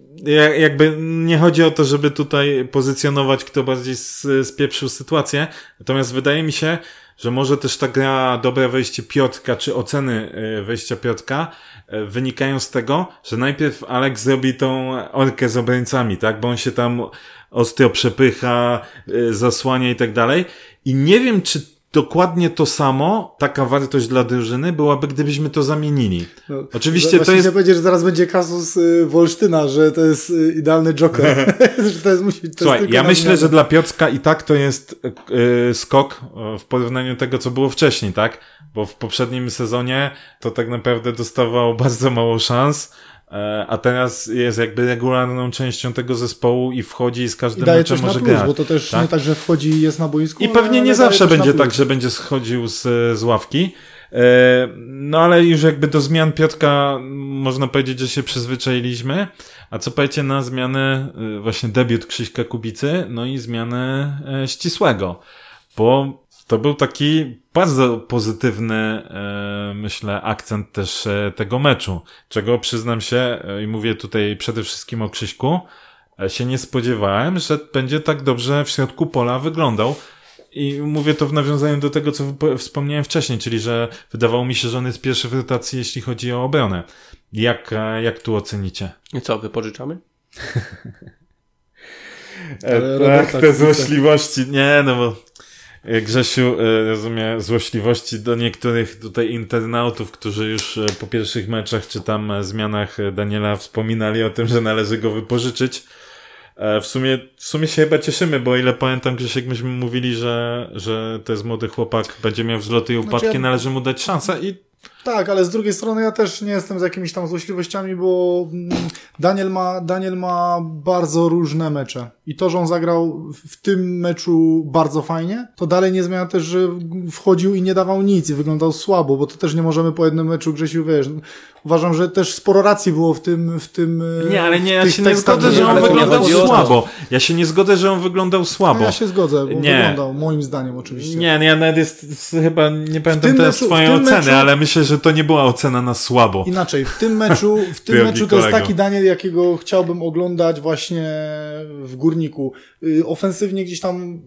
Jakby nie chodzi o to, żeby tutaj pozycjonować, kto bardziej spieprzył sytuację, natomiast wydaje mi się, że może też ta gra, dobre wejście Piotrka, czy oceny wejścia Piotrka wynikają z tego, że najpierw Aleks zrobi tą orkę z obrońcami, tak, bo on się tam ostro przepycha, zasłania i tak dalej i nie wiem, czy dokładnie to samo, taka wartość dla drużyny byłaby, gdybyśmy to zamienili. No, oczywiście to jest... powiedzieć, że zaraz będzie kasus y, Wolsztyna, że to jest y, idealny joker. że to jest, musi, to Słuchaj, jest ja myślę, zmianę. Że dla Piotrka i tak to jest y, skok w porównaniu do tego, co było wcześniej, tak? Bo w poprzednim sezonie to tak naprawdę dostawał bardzo mało szans, a teraz jest jakby regularną częścią tego zespołu i wchodzi i z każdym I daje meczem coś może na plus, grać. Bo to też tak? nie tak, że wchodzi i jest na boisku. I pewnie nie zawsze będzie tak, że będzie schodził z, z ławki. No ale już jakby do zmian Piotrka można powiedzieć, że się przyzwyczailiśmy. A co powiecie na zmianę, właśnie debiut Krzyśka Kubicy, no i zmianę Ścisłego. Bo to był taki bardzo pozytywny, e, myślę, akcent też e, tego meczu, czego przyznam się e, i mówię tutaj przede wszystkim o Krzyśku, się nie spodziewałem, że będzie tak dobrze w środku pola wyglądał. I mówię to w nawiązaniu do tego, co wspomniałem wcześniej, czyli że wydawało mi się, że on jest pierwszy w rotacji, jeśli chodzi o obronę. Jak, jak tu ocenicie? I co, wypożyczamy? e, tak, te złośliwości. Nie, no bo Grzesiu, rozumiem, złośliwości do niektórych tutaj internautów, którzy już po pierwszych meczach czy tam zmianach Daniela wspominali o tym, że należy go wypożyczyć. W sumie, w sumie się chyba cieszymy, bo o ile pamiętam, Grzesiek, myśmy mówili, że, że to jest młody chłopak, będzie miał wzloty i upadki, znaczy ja... należy mu dać szansę i tak, ale z drugiej strony ja też nie jestem z jakimiś tam złośliwościami, bo Daniel ma, Daniel ma bardzo różne mecze. I to, że on zagrał w tym meczu bardzo fajnie, to dalej nie zmienia też, że wchodził i nie dawał nic i wyglądał słabo, bo to też nie możemy po jednym meczu, Grzesiu, wiesz, uważam, że też sporo racji było w tym, w tym. Nie, ale nie, ja się nie zgodzę, że on wyglądał słabo. Ja się nie zgodzę, że on wyglądał słabo. No ja się zgodzę, bo nie. wyglądał, moim zdaniem oczywiście. Nie, nie, nawet jest, chyba nie pamiętam teraz swojej oceny, meczu... ale myślę, że to nie była ocena na słabo. Inaczej, w tym meczu, w tym meczu to jest taki Daniel, jakiego chciałbym oglądać właśnie w Górniku. Ofensywnie gdzieś tam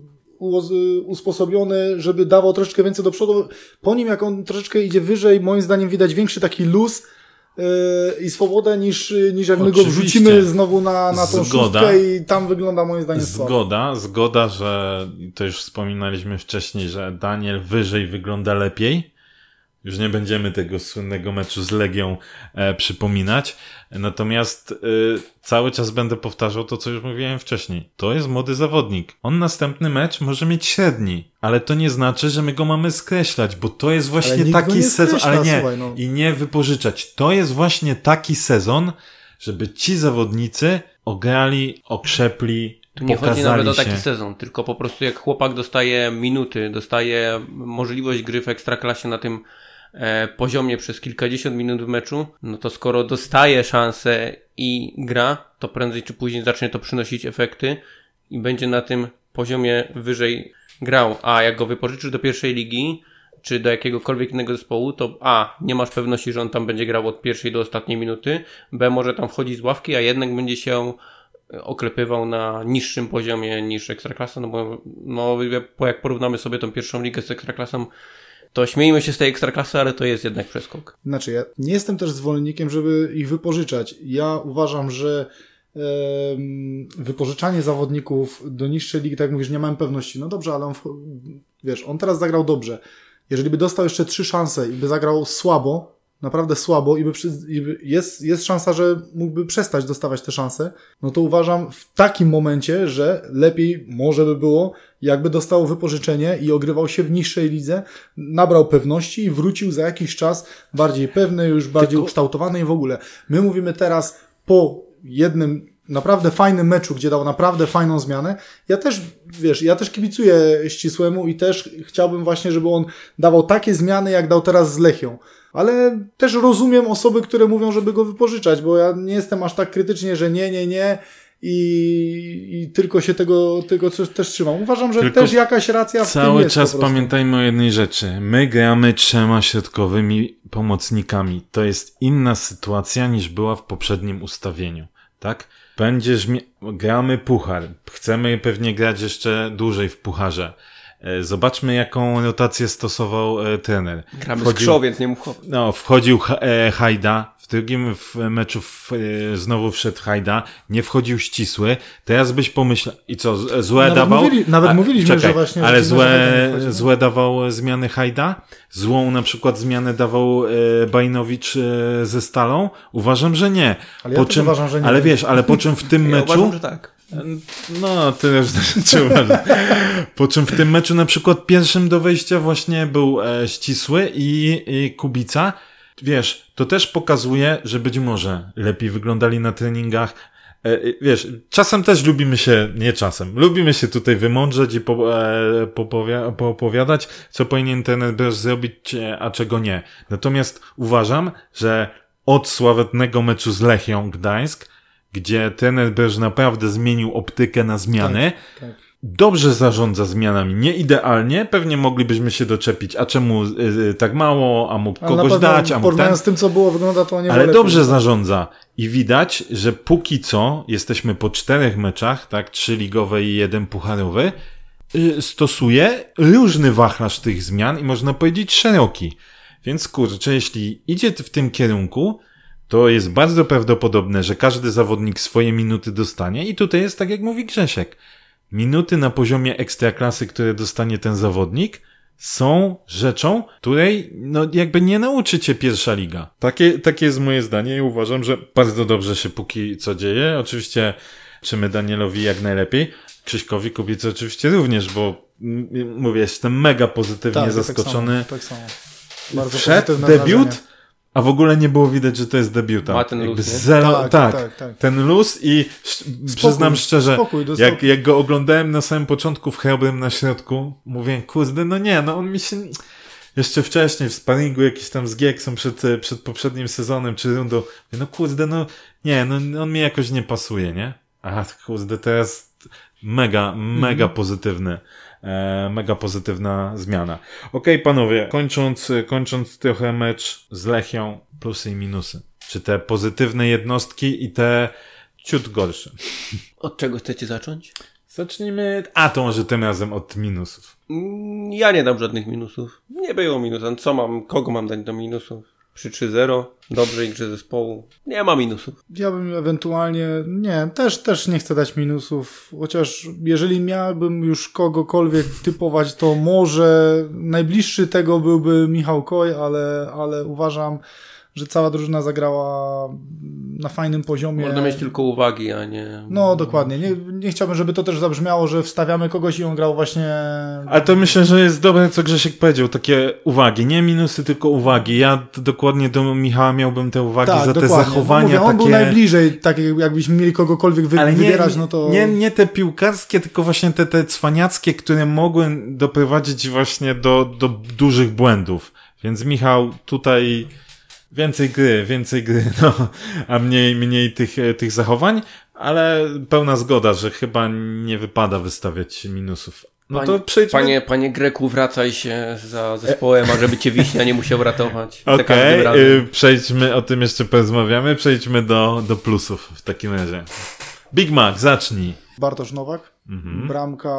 usposobiony, żeby dawał troszeczkę więcej do przodu. Po nim, jak on troszeczkę idzie wyżej, moim zdaniem widać większy taki luz yy, i swobodę niż, niż jak my go wrzucimy znowu na, na tą zgoda, szóstkę i tam wygląda moim zdaniem Zgoda, słabo. zgoda, że to już wspominaliśmy wcześniej, że Daniel wyżej wygląda lepiej. Już nie będziemy tego słynnego meczu z Legią e, przypominać. Natomiast e, cały czas będę powtarzał to, co już mówiłem wcześniej. To jest młody zawodnik. On następny mecz może mieć średni, ale to nie znaczy, że my go mamy skreślać, bo to jest właśnie taki sezon, skreśla, ale nie, słuchaj, no. I nie wypożyczać. To jest właśnie taki sezon, żeby ci zawodnicy ograli, okrzepli, tu nie chodzi nawet o taki się. sezon, tylko po prostu jak chłopak dostaje minuty, dostaje możliwość gry w Ekstraklasie na tym e, poziomie przez kilkadziesiąt minut w meczu, no to skoro dostaje szansę i gra, to prędzej czy później zacznie to przynosić efekty i będzie na tym poziomie wyżej grał. A jak go wypożyczysz do pierwszej ligi, czy do jakiegokolwiek innego zespołu, to A, nie masz pewności, że on tam będzie grał od pierwszej do ostatniej minuty, B, może tam wchodzi z ławki, a jednak będzie się oklepywał na niższym poziomie niż Ekstraklasa, no bo no, jak porównamy sobie tą pierwszą ligę z Ekstraklasą, to śmiejmy się z tej Ekstraklasy, ale to jest jednak przeskok. Znaczy, ja nie jestem też zwolennikiem, żeby ich wypożyczać. Ja uważam, że e, wypożyczanie zawodników do niższej ligi, tak jak mówisz, nie mam pewności. No dobrze, ale on, wiesz, on teraz zagrał dobrze. Jeżeli by dostał jeszcze trzy szanse i by zagrał słabo, naprawdę słabo i, by przy, i by jest, jest szansa, że mógłby przestać dostawać te szanse, no to uważam w takim momencie, że lepiej może by było, jakby dostał wypożyczenie i ogrywał się w niższej lidze, nabrał pewności i wrócił za jakiś czas bardziej pewny, już bardziej Tylko... ukształtowany i w ogóle. My mówimy teraz po jednym naprawdę fajnym meczu, gdzie dał naprawdę fajną zmianę. Ja też, wiesz, ja też kibicuję Ścisłemu i też chciałbym właśnie, żeby on dawał takie zmiany, jak dał teraz z Lechią. Ale też rozumiem osoby, które mówią, żeby go wypożyczać, bo ja nie jestem aż tak krytycznie, że nie, nie, nie i, i tylko się tego, tego też trzymam. Uważam, że tylko też jakaś racja w tym jest. Cały czas pamiętajmy o jednej rzeczy. My gramy trzema środkowymi pomocnikami. To jest inna sytuacja niż była w poprzednim ustawieniu, tak? Będziesz, mi- gramy puchar. Chcemy pewnie grać jeszcze dłużej w pucharze. Zobaczmy, jaką rotację stosował e, trener. Gramy wchodził, z Krzo, więc nie mów hop. No, wchodził e, Hajda, w drugim w meczu w, e, znowu wszedł Hajda, nie wchodził Ścisły. Teraz byś pomyślał, i co, złe nawet dawał? Mówili, nawet a, mówiliśmy, czekaj, że właśnie... Ale złe, że złe dawał zmiany Hajda? Złą na przykład zmianę dawał e, Bajnowicz e, ze Stalą? Uważam, że nie. Ale po ja czym, uważam, że nie. Ale wiesz, ale po czym w tym ja meczu... Uważam, że tak. No, tyle rzeczy uważam. Po czym w tym meczu na przykład pierwszym do wejścia właśnie był e, Ścisły i, i Kubica. Wiesz, to też pokazuje, że być może lepiej wyglądali na treningach. E, wiesz, czasem też lubimy się, nie czasem, lubimy się tutaj wymądrzeć i po, e, popowia- poopowiadać, co powinien trener też zrobić, a czego nie. Natomiast uważam, że od sławetnego meczu z Lechią Gdańsk gdzie trener Breż naprawdę zmienił optykę na zmiany. Tak, tak. Dobrze zarządza zmianami, nie idealnie, pewnie moglibyśmy się doczepić, a czemu y, tak mało, a mógł Ale kogoś dać, a mógł ten... z tym, co było, wygląda to nie Ale lepiej. dobrze zarządza i widać, że póki co jesteśmy po czterech meczach, tak, trzy ligowe i jeden pucharowy, y, stosuje różny wachlarz tych zmian i można powiedzieć szeroki. Więc kurczę, jeśli idzie w tym kierunku, to jest bardzo prawdopodobne, że każdy zawodnik swoje minuty dostanie i tutaj jest tak jak mówi Grzesiek. Minuty na poziomie ekstraklasy, które dostanie ten zawodnik, są rzeczą, której no jakby nie nauczy cię pierwsza liga. Takie, takie jest moje zdanie i uważam, że bardzo dobrze się póki co dzieje. Oczywiście życzymy Danielowi jak najlepiej. Krzyśkowi Kubicy oczywiście również, bo m- mówię, jestem mega pozytywnie tak, zaskoczony. Tak samo. Tak samo. Bardzo Wszedł debiut, wrażenie. A w ogóle nie było widać, że to jest debiutant. Ma ten luz, zero, tak, tak, tak, tak. ten luz i spokój, przyznam szczerze, spokój, jak, jak go oglądałem na samym początku w Chrobrym na środku, mówię, kurde, no nie, no on mi się... Jeszcze wcześniej w sparingu jakiś tam z Gieksą przed, przed poprzednim sezonem, czy rundą, no kurde, no nie, no on mi jakoś nie pasuje, nie? A kurde, teraz mega, mega mhm. pozytywny. E, mega pozytywna zmiana. Okej, okay, panowie, kończąc, kończąc trochę mecz z Lechią, plusy i minusy. Czy te pozytywne jednostki i te ciut gorsze? Od czego chcecie zacząć? Zacznijmy, a to może tym razem od minusów. Ja nie dam żadnych minusów. Nie było minusów. Co mam, kogo mam dać do minusów? Przy trzy zero, dobrej grze zespołu. Nie ma minusów. Ja bym ewentualnie, nie, też, też nie chcę dać minusów, chociaż jeżeli miałbym już kogokolwiek typować, to może najbliższy tego byłby Michał Koj, ale, ale uważam, że cała drużyna zagrała na fajnym poziomie. Można mieć tylko uwagi, a nie... No, dokładnie. Nie, nie chciałbym, żeby to też zabrzmiało, że wstawiamy kogoś i on grał właśnie... Ale to myślę, że jest dobre, co Grzesiek powiedział, takie uwagi. Nie minusy, tylko uwagi. Ja dokładnie do Michała miałbym te uwagi tak, za dokładnie. te zachowania. No mówię, on takie... był najbliżej, tak jakbyśmy mieli kogokolwiek wy... Ale nie, wybierać, no to... Nie, nie te piłkarskie, tylko właśnie te, te cwaniackie, które mogły doprowadzić właśnie do, do dużych błędów. Więc Michał tutaj... Więcej gry, więcej gry, no, a mniej, mniej tych, tych zachowań, ale pełna zgoda, że chyba nie wypada wystawiać minusów. No panie, to przejdźmy... Panie, panie Greku, wracaj się za zespołem, a żeby cię Wiśnia nie musiał ratować. Okej, okay, przejdźmy, o tym jeszcze porozmawiamy, przejdźmy do, do plusów w takim razie. Big Mac, zacznij. Bartosz Nowak. Mhm. Bramka.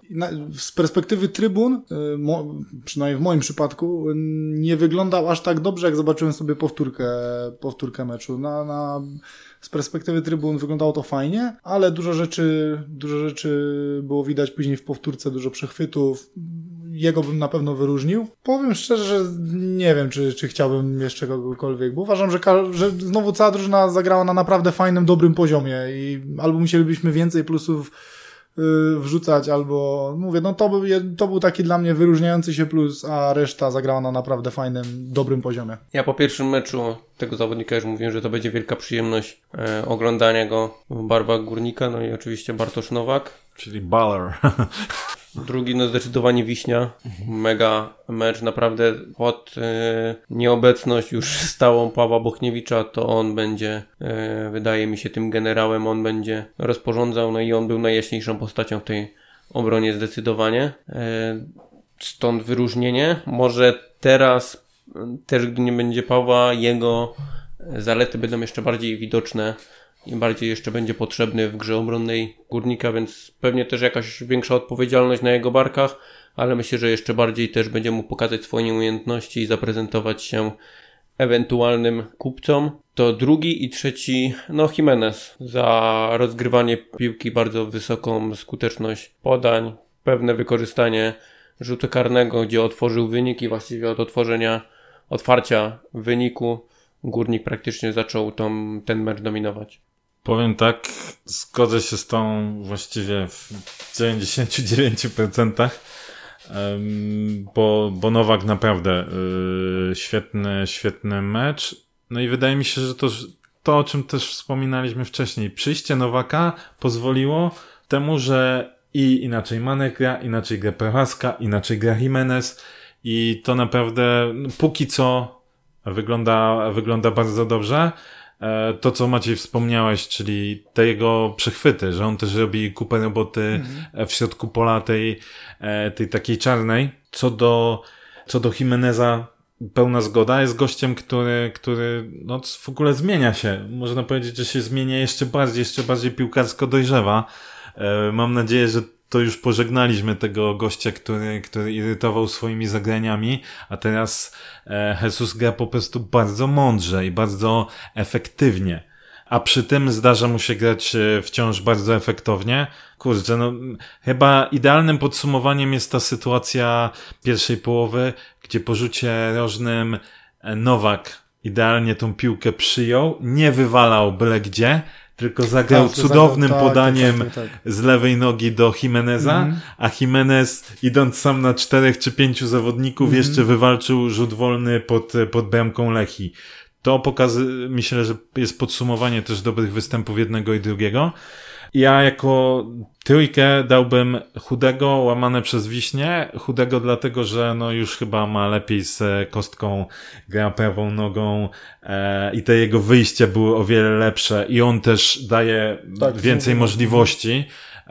Z perspektywy trybun, przynajmniej w moim przypadku, nie wyglądał aż tak dobrze, jak zobaczyłem sobie powtórkę, powtórkę meczu. Na, na, z perspektywy trybun wyglądało to fajnie, ale dużo rzeczy, dużo rzeczy było widać później w powtórce, dużo przechwytów. Jego bym na pewno wyróżnił. Powiem szczerze, że nie wiem, czy, czy chciałbym jeszcze kogokolwiek, bo uważam, że, że znowu cała drużyna zagrała na naprawdę fajnym, dobrym poziomie i albo musielibyśmy więcej plusów wrzucać, albo mówię, no to był, to był taki dla mnie wyróżniający się plus, a reszta zagrała na naprawdę fajnym, dobrym poziomie. Ja po pierwszym meczu tego zawodnika już mówiłem, że to będzie wielka przyjemność e, oglądania go w barwach Górnika, no i oczywiście Bartosz Nowak. Czyli baller. Drugi, no zdecydowanie Wiśnia. Mega mecz, naprawdę pod e, nieobecność już stałą Pawła Bochniewicza, to on będzie, e, wydaje mi się, tym generałem, on będzie rozporządzał, no i on był najjaśniejszą postacią w tej obronie zdecydowanie. E, stąd wyróżnienie. Może teraz też, gdy nie będzie Pawła, jego zalety będą jeszcze bardziej widoczne i bardziej jeszcze będzie potrzebny w grze obronnej Górnika, więc pewnie też jakaś większa odpowiedzialność na jego barkach, ale myślę, że jeszcze bardziej też będzie mógł pokazać swoje umiejętności i zaprezentować się ewentualnym kupcom. To drugi i trzeci, no Jimenez, za rozgrywanie piłki, bardzo wysoką skuteczność podań, pewne wykorzystanie rzutu karnego, gdzie otworzył wynik i właściwie od otworzenia, otwarcia wyniku Górnik praktycznie zaczął tą, ten mecz dominować. Powiem tak, zgodzę się z tą właściwie w dziewięćdziesiąt dziewięć procent, bo, bo Nowak naprawdę yy, świetny, świetny mecz. No i wydaje mi się, że to, to, o czym też wspominaliśmy wcześniej, przyjście Nowaka pozwoliło temu, że i inaczej Manek gra, inaczej gra Prochaska, inaczej gra Jimenez i to naprawdę no, póki co wygląda, wygląda bardzo dobrze. to, co Maciej wspomniałeś, czyli te jego przechwyty, że on też robi kupę roboty mhm. w środku pola tej, tej takiej czarnej. Co do, co do Jimeneza, pełna zgoda, jest gościem, który, który no, w ogóle zmienia się. Można powiedzieć, że się zmienia jeszcze bardziej, jeszcze bardziej piłkarsko dojrzewa. Mam nadzieję, że to już pożegnaliśmy tego gościa, który, który irytował swoimi zagraniami, a teraz Jesus gra po prostu bardzo mądrze i bardzo efektywnie. A przy tym zdarza mu się grać wciąż bardzo efektownie. Kurczę, no chyba idealnym podsumowaniem jest ta sytuacja pierwszej połowy, gdzie po rzucie rożnym Nowak idealnie tą piłkę przyjął, nie wywalał byle gdzie, tylko zagrał tak, cudownym zagrał, tak, podaniem tak, tak, tak. z lewej nogi do Jimeneza, mm. a Jimenez, idąc sam na czterech czy pięciu zawodników, mm. jeszcze wywalczył rzut wolny pod, pod bramką Lechii. To pokazuje, myślę, że jest podsumowanie też dobrych występów jednego i drugiego. Ja jako trójkę dałbym Chudego łamane przez Wiśnię. Chudego dlatego, że no już chyba ma lepiej z kostką, gra prawą nogą e, i te jego wyjścia były o wiele lepsze i on też daje tak, więcej możliwości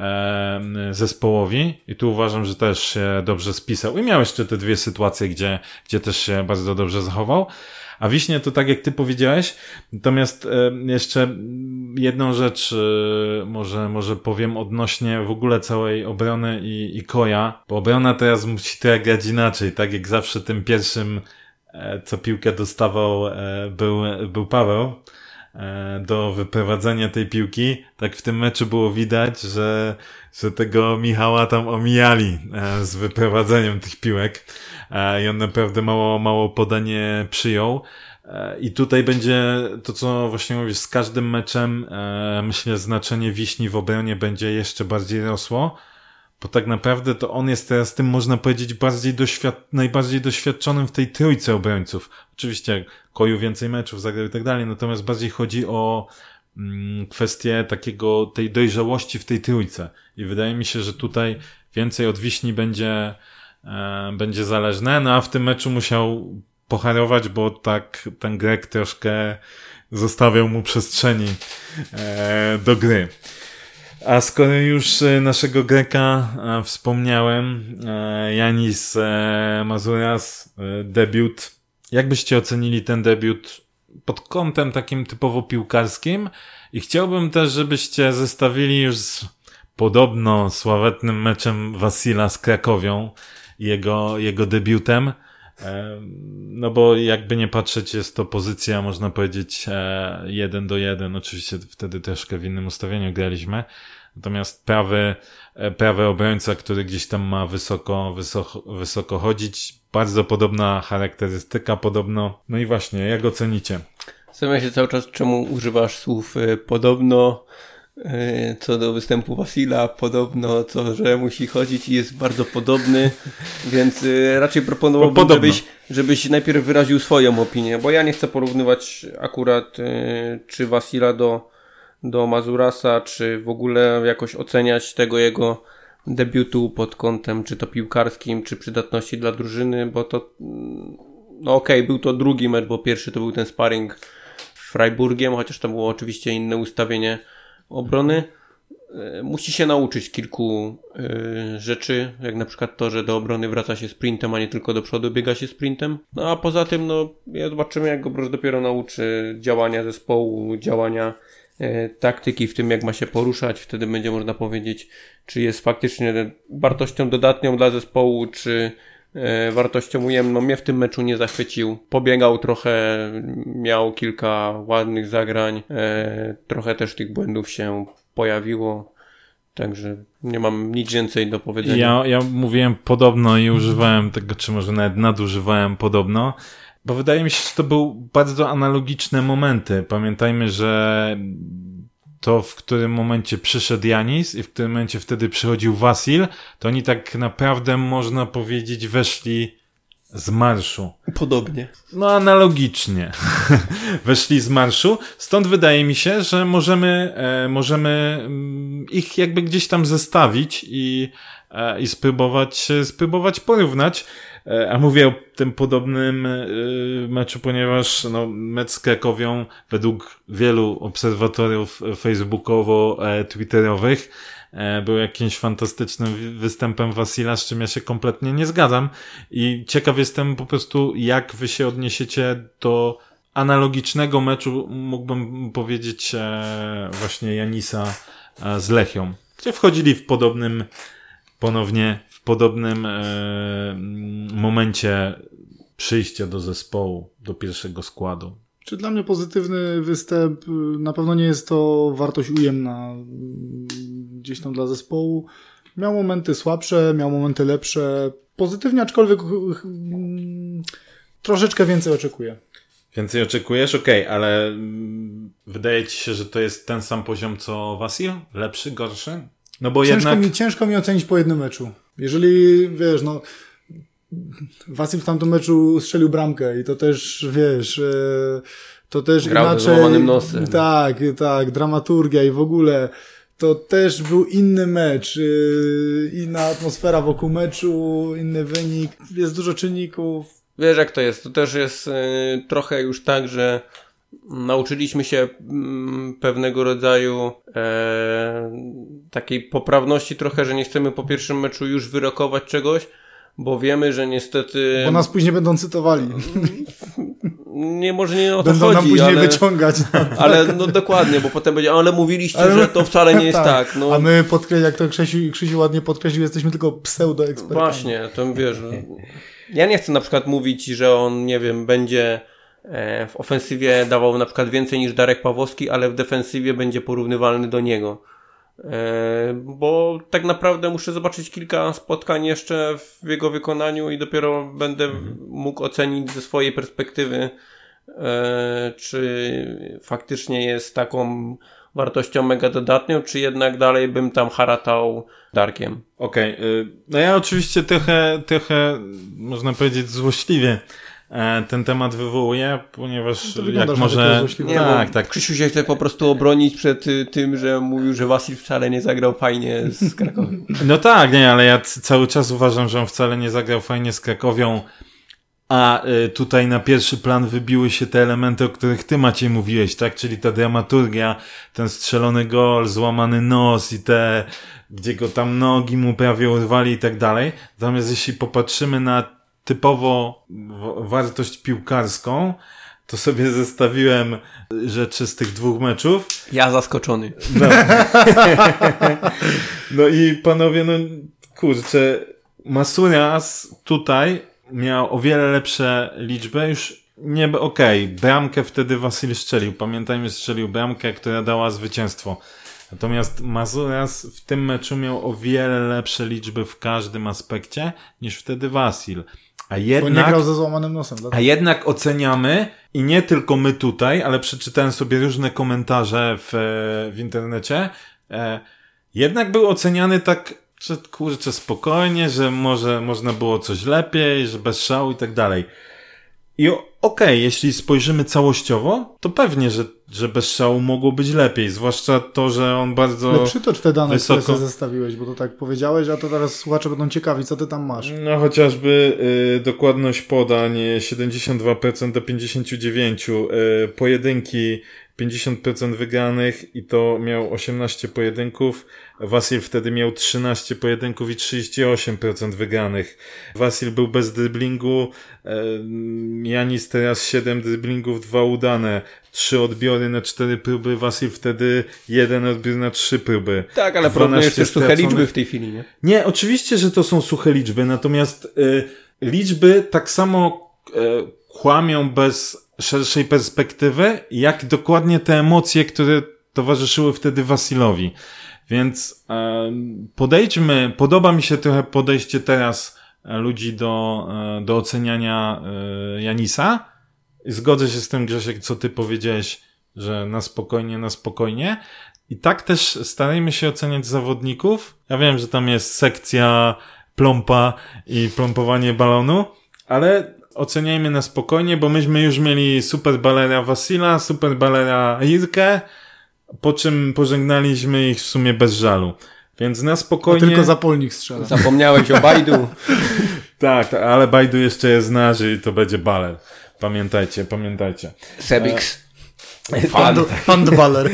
e, zespołowi i tu uważam, że też się dobrze spisał i miał jeszcze te dwie sytuacje, gdzie, gdzie też się bardzo dobrze zachował. A Wiśnie to tak jak ty powiedziałeś, natomiast e, jeszcze jedną rzecz e, może, może powiem odnośnie w ogóle całej obrony i, i Koja, bo obrona teraz musi trochę grać inaczej, tak jak zawsze tym pierwszym, e, co piłkę dostawał, e, był, był Paweł e, do wyprowadzenia tej piłki, tak w tym meczu było widać, że, że tego Michała tam omijali e, z wyprowadzeniem tych piłek. I on naprawdę mało, mało podanie przyjął. I tutaj będzie to, co właśnie mówisz, z każdym meczem, myślę, znaczenie Wiśni w obronie będzie jeszcze bardziej rosło, bo tak naprawdę to on jest teraz tym, można powiedzieć, bardziej doświad- najbardziej doświadczonym w tej trójce obrońców. Oczywiście Koju więcej meczów zagrał i tak dalej, natomiast bardziej chodzi o mm, kwestię takiego, tej dojrzałości w tej trójce. I wydaje mi się, że tutaj więcej od Wiśni będzie będzie zależne, no a w tym meczu musiał poharować, bo tak ten Grek troszkę zostawiał mu przestrzeni e, do gry. A skoro już naszego Greka e, wspomniałem, e, Janis e, Mazuras, e, debiut. Jak byście ocenili ten debiut pod kątem takim typowo piłkarskim? I chciałbym też, żebyście zestawili już z podobno sławetnym meczem Wasila z Krakowią, jego, jego debiutem, no bo jakby nie patrzeć, jest to pozycja, można powiedzieć, jeden do jeden, oczywiście wtedy troszkę w innym ustawieniu graliśmy, natomiast prawy, prawy obrońca, który gdzieś tam ma wysoko, wysoko, wysoko chodzić, bardzo podobna charakterystyka, podobno, no i właśnie, jak ocenicie? Zastanawiam się cały czas, czemu używasz słów y, podobno, co do występu Wasila, podobno to, że musi chodzić i jest bardzo podobny, więc raczej proponowałbym, żebyś, żebyś najpierw wyraził swoją opinię, bo ja nie chcę porównywać akurat czy Wasila do, do Mazurasa, czy w ogóle jakoś oceniać tego jego debiutu pod kątem czy to piłkarskim, czy przydatności dla drużyny, bo to no okej, okay, był to drugi mecz, bo pierwszy to był ten sparring z Freiburgiem, chociaż to było oczywiście inne ustawienie obrony. Musi się nauczyć kilku y, rzeczy, jak na przykład to, że do obrony wraca się sprintem, a nie tylko do przodu biega się sprintem. No a poza tym, no ja zobaczymy, jak go Broż dopiero nauczy działania zespołu, działania y, taktyki, w tym jak ma się poruszać. Wtedy będzie można powiedzieć, czy jest faktycznie wartością dodatnią dla zespołu, czy y, wartością ujemną. Mnie w tym meczu nie zachwycił. Pobiegał trochę, miał kilka ładnych zagrań, y, trochę też tych błędów się pojawiło, także nie mam nic więcej do powiedzenia. Ja, ja mówiłem podobno i używałem tego, czy może nawet nadużywałem podobno, bo wydaje mi się, że to były bardzo analogiczne momenty. Pamiętajmy, że to, w którym momencie przyszedł Janis i w którym momencie wtedy przychodził Wasil, to oni tak naprawdę, można powiedzieć, weszli z marszu. Podobnie. No analogicznie. Weszli z marszu. Stąd wydaje mi się, że możemy, e, możemy ich jakby gdzieś tam zestawić i i spróbować, spróbować porównać. A mówię o tym podobnym meczu, ponieważ no, mecz z Krakowią według wielu obserwatorów facebookowo-twitterowych był jakimś fantastycznym występem Wasila, z czym ja się kompletnie nie zgadzam i ciekaw jestem po prostu, jak wy się odniesiecie do analogicznego meczu, mógłbym powiedzieć właśnie Janisa z Lechią, gdzie wchodzili w podobnym ponownie w podobnym e, momencie przyjścia do zespołu, do pierwszego składu. Czy dla mnie pozytywny występ, na pewno nie jest to wartość ujemna gdzieś tam dla zespołu. Miał momenty słabsze, miał momenty lepsze. Pozytywnie, aczkolwiek hmm, troszeczkę więcej oczekuję. Więcej oczekujesz? Okej, okay, ale wydaje ci się, że to jest ten sam poziom co Wasil? Lepszy, gorszy? No bo ciężko, jednak... mi, ciężko mi ocenić po jednym meczu. Jeżeli, wiesz, no Wasil w tamtym meczu strzelił bramkę i to też, wiesz, to też grał inaczej... Grał złamanym nosem. Tak, tak, dramaturgia i w ogóle to też był inny mecz, inna atmosfera wokół meczu, inny wynik, jest dużo czynników. Wiesz jak to jest, to też jest y, trochę już tak, że nauczyliśmy się mm, pewnego rodzaju e, takiej poprawności trochę, że nie chcemy po pierwszym meczu już wyrokować czegoś, bo wiemy, że niestety... Bo nas później będą cytowali. Nie, może nie o to będą chodzi, nam później ale, wyciągać. Ale no dokładnie, bo potem będzie, ale mówiliście, ale... że to wcale nie jest tak. tak no. A my, podkre... jak to Krzysiu, Krzysiu ładnie podkreślił, jesteśmy tylko pseudo-ekspertami. Właśnie, to wiesz... Ja nie chcę na przykład mówić, że on, nie wiem, będzie w ofensywie dawał na przykład więcej niż Darek Pawłowski, ale w defensywie będzie porównywalny do niego. Bo tak naprawdę muszę zobaczyć kilka spotkań jeszcze w jego wykonaniu i dopiero będę mhm. mógł ocenić ze swojej perspektywy, czy faktycznie jest taką wartością mega dodatnią, czy jednak dalej bym tam haratał Darkiem. Okej, okay. No ja oczywiście trochę, trochę można powiedzieć złośliwie ten temat wywołuję, ponieważ no jak może... Nie, tak, tak. Krzysiu się chce po prostu obronić przed tym, że mówił, że Wasil wcale nie zagrał fajnie z Krakowem. No tak, nie, ale ja cały czas uważam, że on wcale nie zagrał fajnie z Krakowią, a y, tutaj na pierwszy plan wybiły się te elementy, o których ty, Maciej, mówiłeś, tak? Czyli ta dramaturgia, ten strzelony gol, złamany nos i te, gdzie go tam nogi mu prawie urwali i tak dalej. Natomiast jeśli popatrzymy na typowo w- wartość piłkarską, to sobie zestawiłem rzeczy z tych dwóch meczów. Ja zaskoczony. No, no i panowie, no kurczę, Masuras tutaj miał o wiele lepsze liczby, już nie, okej, okay, bramkę wtedy Wasil strzelił, pamiętajmy, strzelił bramkę, która dała zwycięstwo. Natomiast Masuras w tym meczu miał o wiele lepsze liczby w każdym aspekcie niż wtedy Wasil. A jednak, Bo nie grał ze złamanym nosem. Tak? A jednak oceniamy, i nie tylko my tutaj, ale przeczytałem sobie różne komentarze w, w internecie, e, jednak był oceniany tak, że kurczę, spokojnie, że może można było coś lepiej, że bez szału i tak dalej. I okej, okay, jeśli spojrzymy całościowo, to pewnie, że, że bez szału mogło być lepiej, zwłaszcza to, że on bardzo Ale przytocz te dane, wysoko... które sobie zestawiłeś, bo to tak powiedziałeś, a to teraz słuchacze będą ciekawi, co ty tam masz. No chociażby y, dokładność podań siedemdziesiąt dwa procent do pięćdziesiąt dziewięć procent, y, pojedynki pięćdziesiąt procent wygranych i to miał osiemnaście pojedynków. Wasil wtedy miał trzynaście pojedynków i trzydzieści osiem procent wygranych. Wasil był bez driblingu, Janis teraz siedem driblingów, dwa udane, trzy odbiory na cztery próby, Wasil wtedy jeden odbiór na trzy próby. Tak, ale porównujesz też suche liczby w tej chwili, nie? Nie, oczywiście, że to są suche liczby, natomiast y, liczby tak samo y, kłamią bez szerszej perspektywy, jak dokładnie te emocje, które towarzyszyły wtedy Wasilowi. Więc e, podejdźmy, podoba mi się trochę podejście teraz ludzi do, e, do oceniania e, Janisa. Zgodzę się z tym, Grzesiek, co ty powiedziałeś, że na spokojnie, na spokojnie. I tak też starajmy się oceniać zawodników. Ja wiem, że tam jest sekcja plompa i plompowanie balonu, ale oceniajmy na spokojnie, bo myśmy już mieli super balera Wasila, super balera Irkę, po czym pożegnaliśmy ich w sumie bez żalu. Więc na spokojnie... A tylko Zapolnik strzela. Zapomniałeś o Bajdu. Tak, ale Bajdu jeszcze jest nasz i to będzie baler. Pamiętajcie, pamiętajcie. Sebix. Fan. Handballer.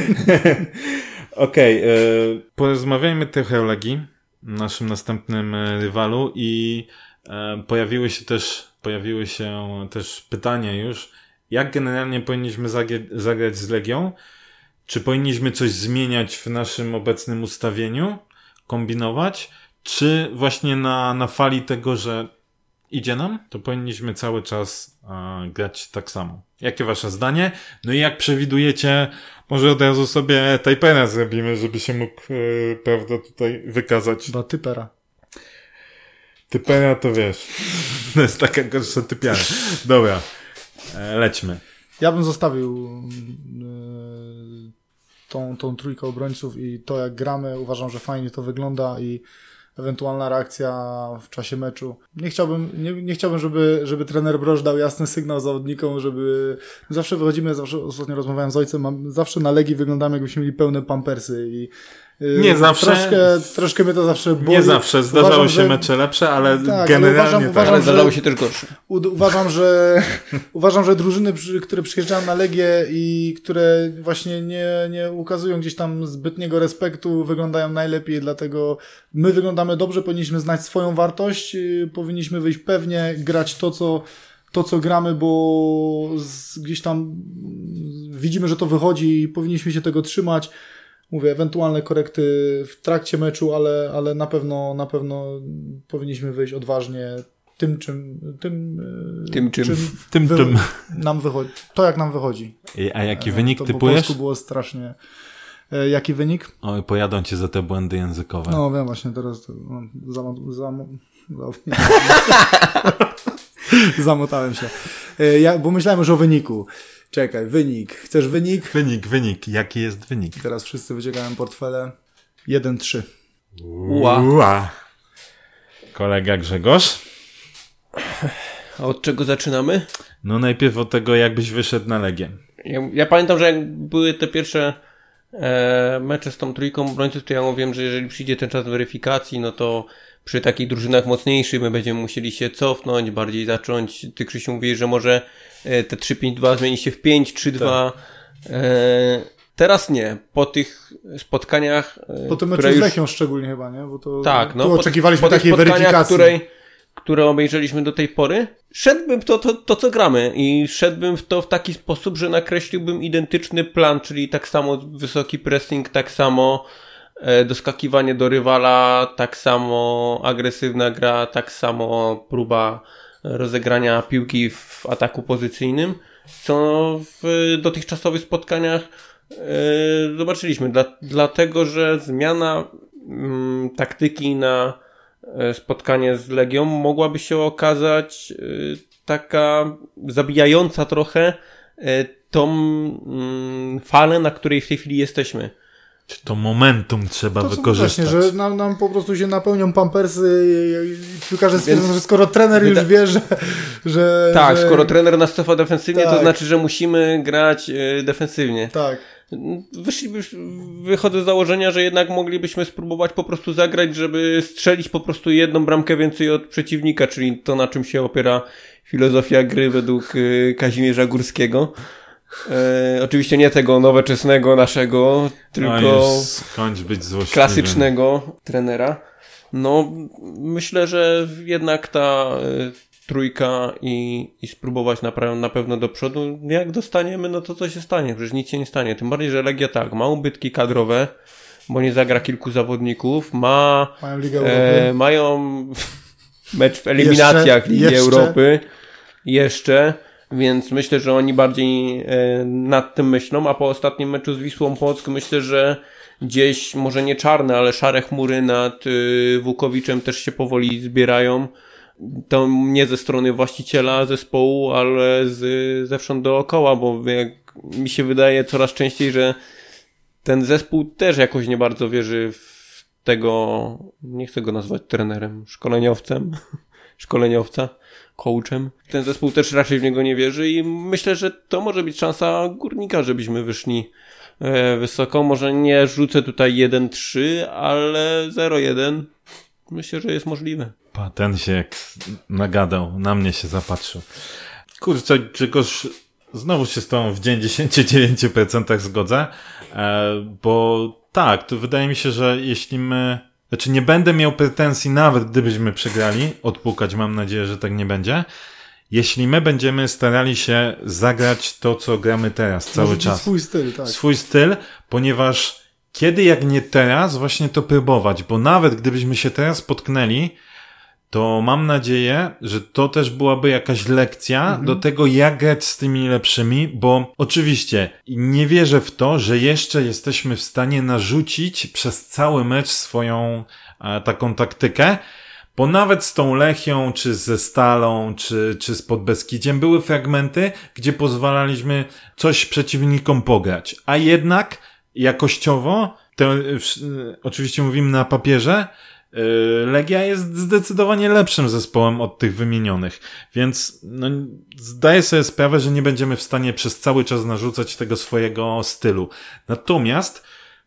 Okej, okay, porozmawiajmy trochę o Legii, naszym następnym rywalu i e, pojawiły się też pojawiły się też pytania już, jak generalnie powinniśmy zagrać, zagrać z Legią? Czy powinniśmy coś zmieniać w naszym obecnym ustawieniu, kombinować, czy właśnie na, na fali tego, że idzie nam, to powinniśmy cały czas e, grać tak samo. Jakie wasze zdanie? No i jak przewidujecie, może od razu sobie Typera zrobimy, żeby się mógł, e, prawda, tutaj wykazać. Chyba Typera. Typera to wiesz, to jest taka gorsza typiara. Dobra, e, lećmy. Ja bym zostawił yy, tą, tą trójkę obrońców i to jak gramy, uważam, że fajnie to wygląda i ewentualna reakcja w czasie meczu. Nie chciałbym, nie, nie chciałbym, żeby, żeby trener Broż dał jasny sygnał zawodnikom, żeby zawsze wychodzimy, zawsze ostatnio rozmawiałem z ojcem, mam, zawsze na Legii wyglądamy, jakbyśmy mieli pełne pampersy i yy, nie zawsze. Troszkę, troszkę mnie to zawsze boli. Nie zawsze. Zdarzały uważam, się że... mecze lepsze, ale tak, generalnie ale uważam, tak. uważam, ale zdarzały że... się też gorsze. U, uważam, że uważam, że drużyny, które przyjeżdżają na Legię i które właśnie nie, nie ukazują gdzieś tam zbytniego respektu, wyglądają najlepiej, dlatego my wyglądamy dobrze, powinniśmy znać swoją wartość, powinniśmy wyjść pewnie, grać to, co to, co gramy, bo z, gdzieś tam widzimy, że to wychodzi i powinniśmy się tego trzymać. Mówię, ewentualne korekty w trakcie meczu, ale, ale na pewno na pewno powinniśmy wyjść odważnie tym, czym tym, tym czym, czym, tym, wy, czym. nam wychodzi. To jak nam wychodzi. A jaki wynik to typujesz? Po polsku było strasznie. E, jaki wynik? Oj, pojadą cię za te błędy językowe. No wiem właśnie, teraz to, no, zam, zam, zam, zamotałem się. E, ja, bo myślałem już o wyniku. Czekaj, wynik. Chcesz wynik? Wynik, wynik. Jaki jest wynik? Teraz wszyscy wyciągają portfele. jeden trzy. Ua. Ua. Kolega Grzegorz? A od czego zaczynamy? No najpierw od tego, jakbyś wyszedł na Legię. Ja, ja pamiętam, że jak były te pierwsze e, mecze z tą trójką obrońców, to ja mówiłem, że jeżeli przyjdzie ten czas weryfikacji, no to przy takich drużynach mocniejszych my będziemy musieli się cofnąć, bardziej zacząć. Ty, Krzysiu, mówisz, że może e, te trzy pięć dwa zmieni się w pięć trzy dwa. Tak. E, teraz nie. Po tych spotkaniach... E, po tym meczu z Lechią już... szczególnie chyba, nie? Bo to, tak, no. tu po oczekiwaliśmy tych, takiej po weryfikacji. Której, które obejrzeliśmy do tej pory, szedłbym w to, to, to, co gramy i szedłbym w to w taki sposób, że nakreśliłbym identyczny plan, czyli tak samo wysoki pressing, tak samo e, doskakiwanie do rywala, tak samo agresywna gra, tak samo próba rozegrania piłki w ataku pozycyjnym, co w dotychczasowych spotkaniach e, zobaczyliśmy. Dla, dlatego, że zmiana mm, taktyki na spotkanie z Legią mogłaby się okazać y, taka zabijająca trochę y, tą y, falę, na której w tej chwili jesteśmy. To momentum trzeba to wykorzystać. Właśnie, że nam, nam po prostu się napełnią pampersy i piłkarze stwierdzą, że skoro trener wyda... już wie, że... że tak, że... skoro trener nas cofa defensywnie, tak. To znaczy, że musimy grać y, defensywnie. Tak. Wyszlibyśmy, wychodzę z założenia, że jednak moglibyśmy spróbować po prostu zagrać, żeby strzelić po prostu jedną bramkę więcej od przeciwnika, czyli to, na czym się opiera filozofia gry według y, Kazimierza Górskiego. E, oczywiście nie tego nowoczesnego naszego, tylko skończ być złośliwym. Klasycznego trenera. No, myślę, że jednak ta y, trójka i, i spróbować na, na pewno do przodu. Jak dostaniemy, no to co się stanie? Przecież nic się nie stanie. Tym bardziej, że Legia tak, ma ubytki kadrowe, bo nie zagra kilku zawodników, ma mają Ligę Europy. E, mają mecz w eliminacjach jeszcze, Ligi jeszcze. Europy. Jeszcze. Więc myślę, że oni bardziej e, nad tym myślą, a po ostatnim meczu z Wisłą Płock myślę, że gdzieś, może nie czarne, ale szare chmury nad y, Wukowiczem też się powoli zbierają. To nie ze strony właściciela zespołu, ale z, zewsząd dookoła, bo jak mi się wydaje coraz częściej, że ten zespół też jakoś nie bardzo wierzy w tego, nie chcę go nazwać trenerem, szkoleniowcem, szkoleniowca, coachem. Ten zespół też raczej w niego nie wierzy i myślę, że to może być szansa Górnika, żebyśmy wyszli e, wysoko. Może nie rzucę tutaj jeden trzy, ale zero jeden myślę, że jest możliwe. Pa, ten się jak nagadał, na mnie się zapatrzył. Kurczę, Grzegorz, znowu się z tobą w dziewięćdziesiąt dziewięć procent zgodzę, e, bo tak, to wydaje mi się, że jeśli my, znaczy nie będę miał pretensji nawet gdybyśmy przegrali, odpukać, mam nadzieję, że tak nie będzie, jeśli my będziemy starali się zagrać to, co gramy teraz cały Może czas. Swój styl, tak. Swój styl, ponieważ kiedy jak nie teraz właśnie to próbować, bo nawet gdybyśmy się teraz potknęli, to mam nadzieję, że to też byłaby jakaś lekcja mhm. do tego, jak grać z tymi lepszymi, bo oczywiście nie wierzę w to, że jeszcze jesteśmy w stanie narzucić przez cały mecz swoją e, taką taktykę, bo nawet z tą Lechią, czy ze Stalą, czy, czy z Podbeskidziem były fragmenty, gdzie pozwalaliśmy coś przeciwnikom pograć, a jednak jakościowo, to e, oczywiście mówimy na papierze, Legia jest zdecydowanie lepszym zespołem od tych wymienionych, więc no, zdaję sobie sprawę, że nie będziemy w stanie przez cały czas narzucać tego swojego stylu. Natomiast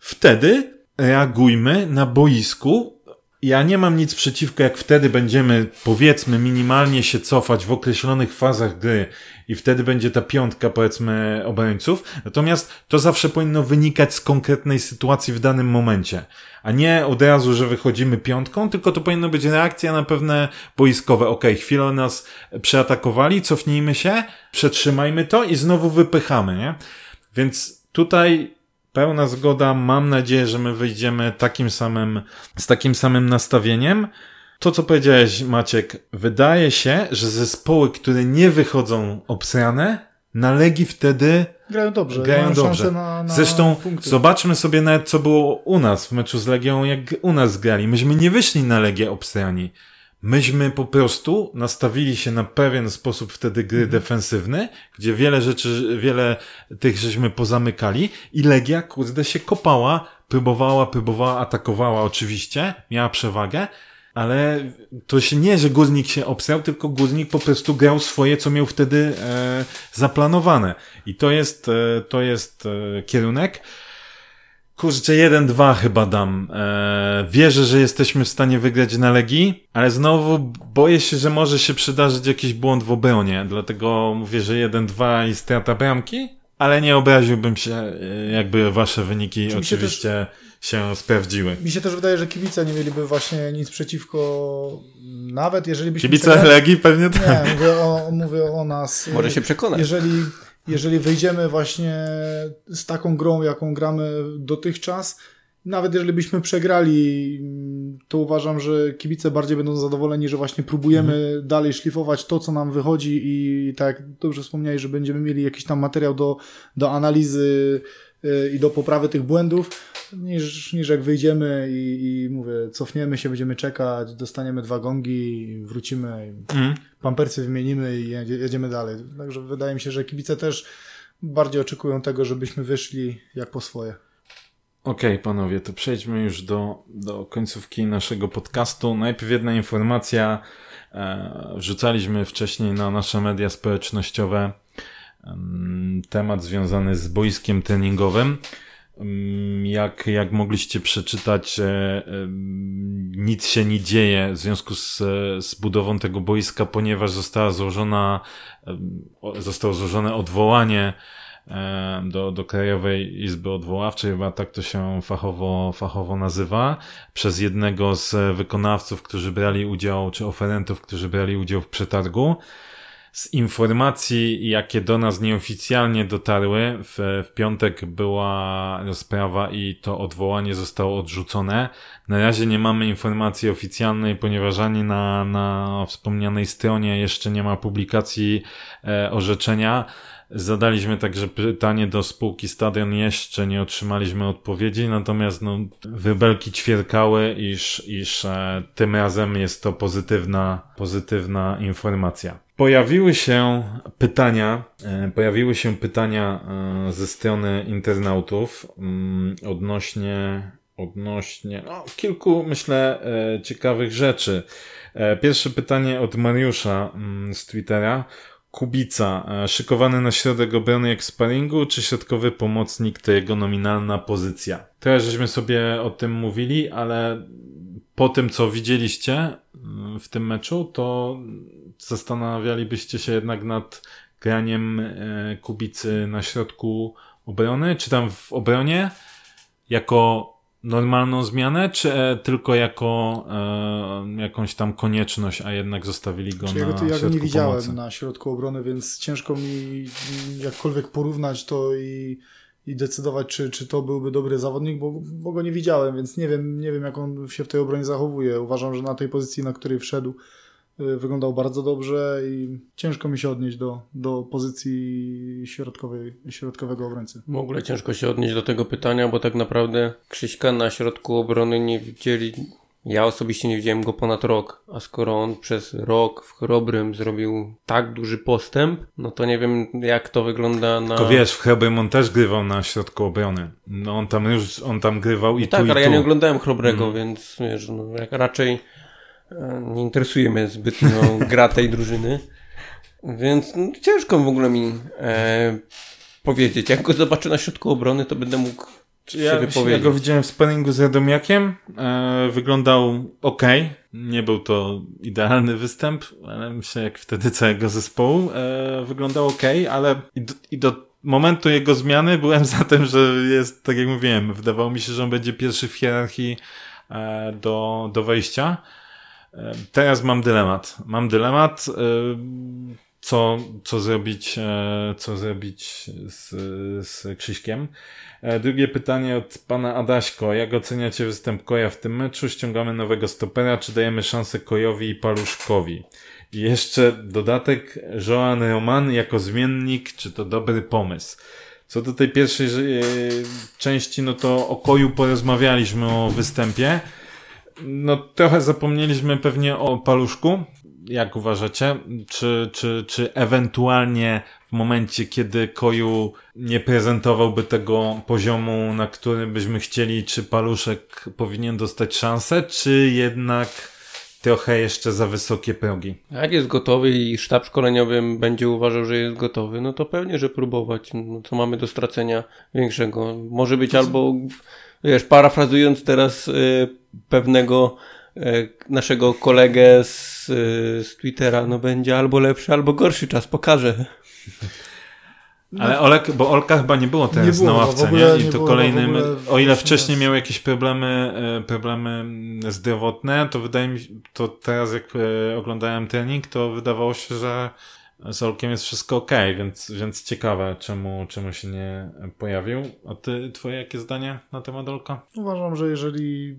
wtedy reagujmy na boisku. Ja nie mam nic przeciwko, jak wtedy będziemy, powiedzmy, minimalnie się cofać w określonych fazach gry i wtedy będzie ta piątka, powiedzmy, obrońców. Natomiast to zawsze powinno wynikać z konkretnej sytuacji w danym momencie. A nie od razu, że wychodzimy piątką, tylko to powinno być reakcja na pewne boiskowe. Okej, okay, chwilę nas przeatakowali, cofnijmy się, przetrzymajmy to i znowu wypychamy, nie? Więc tutaj pełna zgoda, mam nadzieję, że my wyjdziemy takim samym, z takim samym nastawieniem. To, co powiedziałeś, Maciek, wydaje się, że zespoły, które nie wychodzą obsrane, na Legii wtedy grają dobrze. Grają dobrze. Na, na Zresztą punkty. Zobaczmy sobie nawet, co było u nas w meczu z Legią, jak u nas grali. Myśmy nie wyszli na Legię obsrani. Myśmy po prostu nastawili się na pewien sposób wtedy gry mm. defensywny, gdzie wiele rzeczy, wiele tych żeśmy pozamykali i Legia, kurde, się kopała, próbowała, próbowała, atakowała oczywiście, miała przewagę, ale to się nie, że Górnik się obsrał, tylko Górnik po prostu grał swoje, co miał wtedy e, zaplanowane. I to jest, e, to jest e, kierunek. Kurczę, jeden dwa chyba dam. Eee, wierzę, że jesteśmy w stanie wygrać na Legii, ale znowu boję się, że może się przydarzyć jakiś błąd w obronie, dlatego mówię, że jeden dwa i strata bramki, ale nie obraziłbym się, jakby wasze wyniki Czy oczywiście się, też, się sprawdziły. Mi się też wydaje, że kibice nie mieliby właśnie nic przeciwko, nawet jeżeli byśmy... Kibice przegrali... Legii pewnie tak. Nie, mówię o, mówię o nas. Może się przekonać. Jeżeli... Jeżeli wyjdziemy właśnie z taką grą, jaką gramy dotychczas, nawet jeżeli byśmy przegrali, to uważam, że kibice bardziej będą zadowoleni, że właśnie próbujemy mhm. dalej szlifować to, co nam wychodzi i tak jak dobrze wspomniałeś, że będziemy mieli jakiś tam materiał do, do analizy i do poprawy tych błędów, niż, niż jak wyjdziemy i, i mówię, cofniemy się, będziemy czekać, dostaniemy dwa gongi, wrócimy, mm. pampersy wymienimy i jedziemy dalej. Także wydaje mi się, że kibice też bardziej oczekują tego, żebyśmy wyszli jak po swoje. Okej, okay, panowie, to przejdźmy już do, do końcówki naszego podcastu. Najpierw jedna informacja. E, wrzucaliśmy wcześniej na nasze media społecznościowe temat związany z boiskiem treningowym. Jak, jak mogliście przeczytać, nic się nie dzieje w związku z, z budową tego boiska, ponieważ została złożona, zostało złożone odwołanie do, do Krajowej Izby Odwoławczej, chyba tak to się fachowo, fachowo nazywa, przez jednego z wykonawców, którzy brali udział, czy oferentów, którzy brali udział w przetargu. Z informacji, jakie do nas nieoficjalnie dotarły, w, w piątek była rozprawa i to odwołanie zostało odrzucone. Na razie nie mamy informacji oficjalnej, ponieważ ani na, na wspomnianej stronie jeszcze nie ma publikacji e, orzeczenia. Zadaliśmy także pytanie do spółki Stadion, jeszcze nie otrzymaliśmy odpowiedzi, natomiast no, wybelki ćwierkały, iż, iż e, tym razem jest to pozytywna, pozytywna informacja. Pojawiły się pytania, e, pojawiły się pytania e, ze strony internautów mm, odnośnie, odnośnie no, kilku, myślę, e, ciekawych rzeczy. E, pierwsze pytanie od Mariusza mm, z Twittera. Kubica, szykowany na środek obrony jak w sparingu, czy środkowy pomocnik to jego nominalna pozycja? Teraz żeśmy sobie o tym mówili, ale po tym, co widzieliście w tym meczu, to zastanawialibyście się jednak nad graniem Kubicy na środku obrony, czy tam w obronie jako normalną zmianę, czy tylko jako e, jakąś tam konieczność, a jednak zostawili go znaczy, na ja go, ja środku go nie widziałem pomocy. na środku obrony, więc ciężko mi jakkolwiek porównać to i, i decydować, czy, czy to byłby dobry zawodnik, bo, bo go nie widziałem, więc nie wiem, nie wiem, jak on się w tej obronie zachowuje. Uważam, że na tej pozycji, na której wszedł, wyglądał bardzo dobrze i ciężko mi się odnieść do, do pozycji środkowej, środkowego obrońcy. W ogóle ciężko się odnieść do tego pytania, bo tak naprawdę Krzyśka na środku obrony nie widzieli. Ja osobiście nie widziałem go ponad rok, a skoro on przez rok w Chrobrym zrobił tak duży postęp, no to nie wiem, jak to wygląda na... Tylko wiesz, w Chrobrym on też grywał na środku obrony. No on tam już, on tam grywał i no tu tak, i ale tu. ja nie oglądałem Chrobrego, mm. więc wiesz, no, jak raczej nie interesuje mnie zbytnio gra tej drużyny, więc no, ciężko w ogóle mi e, powiedzieć. Jak go zobaczę na środku obrony, to będę mógł się ja, wypowiedzieć. Ja go widziałem w sparingu z Radomiakiem. E, wyglądał okej. Nie był to idealny występ, ale myślę, jak wtedy całego zespołu. E, wyglądał okej, ale i do, i do momentu jego zmiany byłem za tym, że jest, tak jak mówiłem, wydawało mi się, że on będzie pierwszy w hierarchii e, do, do wejścia. Teraz mam dylemat. Mam dylemat, co, co zrobić, co zrobić z, z Krzyśkiem. Drugie pytanie od pana Adaśko. Jak oceniacie występ Koja w tym meczu? Ściągamy nowego stopera, czy dajemy szansę Kojowi i Paluszkowi? I jeszcze dodatek, Joan Roman jako zmiennik, czy to dobry pomysł? Co do tej pierwszej części, no to o Koju porozmawialiśmy o występie. No trochę zapomnieliśmy pewnie o Paluszku. Jak uważacie? Czy, czy, czy ewentualnie w momencie, kiedy Koju nie prezentowałby tego poziomu, na którym byśmy chcieli, czy Paluszek powinien dostać szansę, czy jednak trochę jeszcze za wysokie progi? Jak jest gotowy i sztab szkoleniowy będzie uważał, że jest gotowy, no to pewnie, że próbować. No, co mamy do stracenia większego? Może być albo, wiesz, parafrazując teraz y, pewnego y, naszego kolegę z, y, z Twittera, no będzie albo lepszy, albo gorszy czas, pokaże. No. Ale Olek, bo Olka chyba nie było teraz nie było, na ławce, nie? I to kolejnym, o ile wcześniej miał jakieś problemy, problemy zdrowotne, to wydaje mi się, to teraz jak oglądałem trening, to wydawało się, że z Olkiem jest wszystko okej, okay, więc, więc ciekawe, czemu, czemu się nie pojawił. A ty, twoje jakie zdanie na temat Olka? Uważam, że jeżeli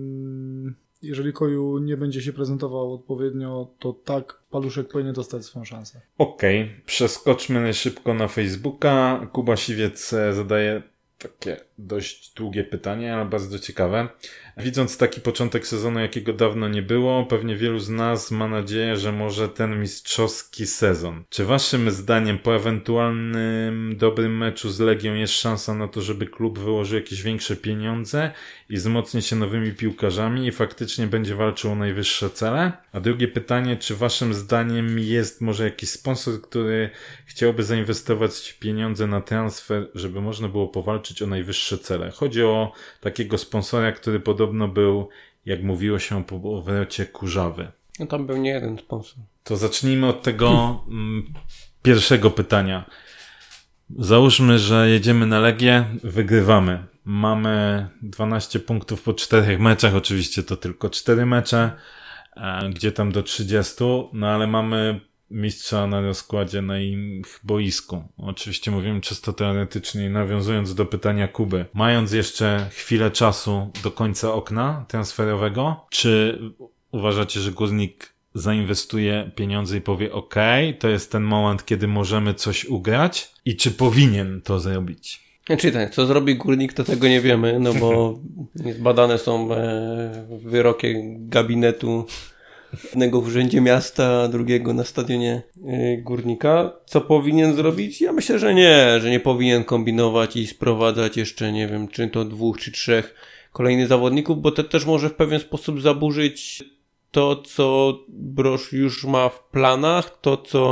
jeżeli Koju nie będzie się prezentował odpowiednio, to tak, Paluszek powinien dostać swoją szansę. Okej, okay. Przeskoczmy szybko na Facebooka. Kuba Siwiec zadaje takie dość długie pytanie, ale bardzo ciekawe. Widząc taki początek sezonu, jakiego dawno nie było, pewnie wielu z nas ma nadzieję, że może ten mistrzowski sezon. Czy waszym zdaniem po ewentualnym dobrym meczu z Legią jest szansa na to, żeby klub wyłożył jakieś większe pieniądze i wzmocni się nowymi piłkarzami i faktycznie będzie walczył o najwyższe cele? A drugie pytanie, czy waszym zdaniem jest może jakiś sponsor, który chciałby zainwestować pieniądze na transfer, żeby można było powalczyć o najwyższe cele? Chodzi o takiego sponsora, który podobno był, jak mówiło się po powrocie, Kurzawy. No tam był nie jeden sponsor. To zacznijmy od tego m, pierwszego pytania. Załóżmy, że jedziemy na Legię, wygrywamy. Mamy dwanaście punktów po czterech meczach, oczywiście to tylko cztery mecze, e, gdzie tam do trzydziestu, no ale mamy mistrza na rozkładzie na ich boisku. Oczywiście mówimy czysto teoretycznie, nawiązując do pytania Kuby. Mając jeszcze chwilę czasu do końca okna transferowego, czy uważacie, że Górnik zainwestuje pieniądze i powie ok, to jest ten moment, kiedy możemy coś ugrać? I czy powinien to zrobić? Znaczy tak, co zrobi Górnik, to tego nie wiemy, no bo zbadane są e, wyroki gabinetu jednego w urzędzie miasta, a drugiego na stadionie y, Górnika. Co powinien zrobić? Ja myślę, że nie, że nie powinien kombinować i sprowadzać jeszcze, nie wiem, czy to dwóch, czy trzech kolejnych zawodników, bo to też może w pewien sposób zaburzyć to, co Broż już ma w planach, to, co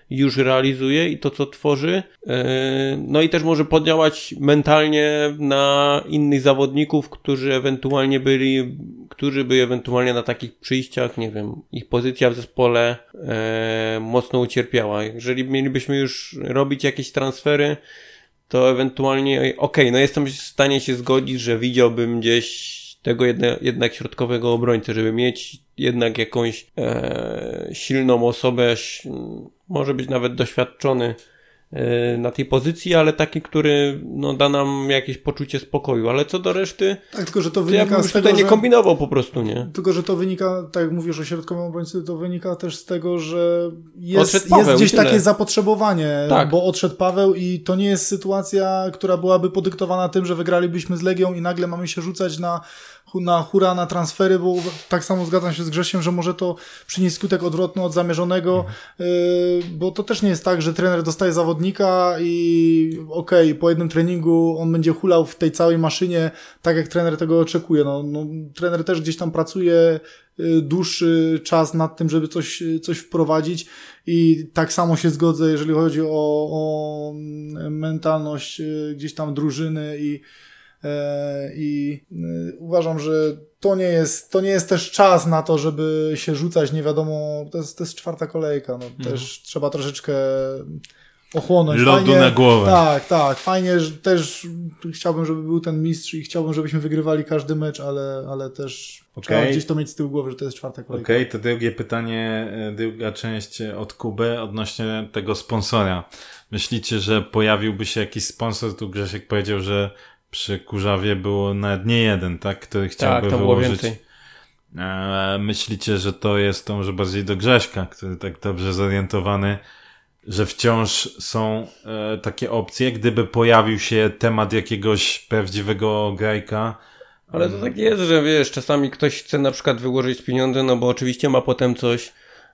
już realizuje i to, co tworzy. No i też może podziałać mentalnie na innych zawodników, którzy ewentualnie byli, którzy by ewentualnie na takich przyjściach, nie wiem, ich pozycja w zespole mocno ucierpiała. Jeżeli mielibyśmy już robić jakieś transfery, to ewentualnie, okej, okay, no jestem w stanie się zgodzić, że widziałbym gdzieś tego jedne, jednak środkowego obrońcę, żeby mieć jednak jakąś e, silną osobę, może być nawet doświadczony e, na tej pozycji, ale taki, który no, da nam jakieś poczucie spokoju. Ale co do reszty, tak, tylko że to wynika to ja bym już z tego, tutaj nie kombinował po prostu, nie? Tylko, że to wynika, tak jak mówisz o środkowym obrońcy, to wynika też z tego, że jest, Paweł, jest gdzieś takie zapotrzebowanie, tak. Bo odszedł Paweł i to nie jest sytuacja, która byłaby podyktowana tym, że wygralibyśmy z Legią i nagle mamy się rzucać na na hura, na transfery, bo tak samo zgadzam się z Grzesiem, że może to przynieść skutek odwrotny od zamierzonego, mhm. yy, bo to też nie jest tak, że trener dostaje zawodnika i okej, okay, po jednym treningu on będzie hulał w tej całej maszynie tak, jak trener tego oczekuje. No, no, trener też gdzieś tam pracuje yy, dłuższy czas nad tym, żeby coś, coś wprowadzić i tak samo się zgodzę, jeżeli chodzi o, o mentalność yy, gdzieś tam drużyny i I uważam, że to nie jest, to nie jest też czas na to, żeby się rzucać nie wiadomo, to jest, to jest czwarta kolejka, no też mhm. trzeba troszeczkę ochłonąć. Lodu fajnie, na głowę. Tak, tak, fajnie, że też chciałbym, żeby był ten mistrz i chciałbym, żebyśmy wygrywali każdy mecz, ale, ale też okay. trzeba gdzieś to mieć z tyłu głowy, że to jest czwarta kolejka. Okej, okay, to drugie pytanie, druga część od Kuby odnośnie tego sponsora. Myślicie, że pojawiłby się jakiś sponsor? Tu Grzesiek powiedział, że przy Kurzawie było nawet nie jeden, tak, który chciałby tak, wyłożyć. E, myślicie, że to jest to może bardziej do Grześka, który tak dobrze zorientowany, że wciąż są e, takie opcje, gdyby pojawił się temat jakiegoś prawdziwego grajka. Ale to tak jest, że wiesz, czasami ktoś chce na przykład wyłożyć pieniądze, no bo oczywiście ma potem coś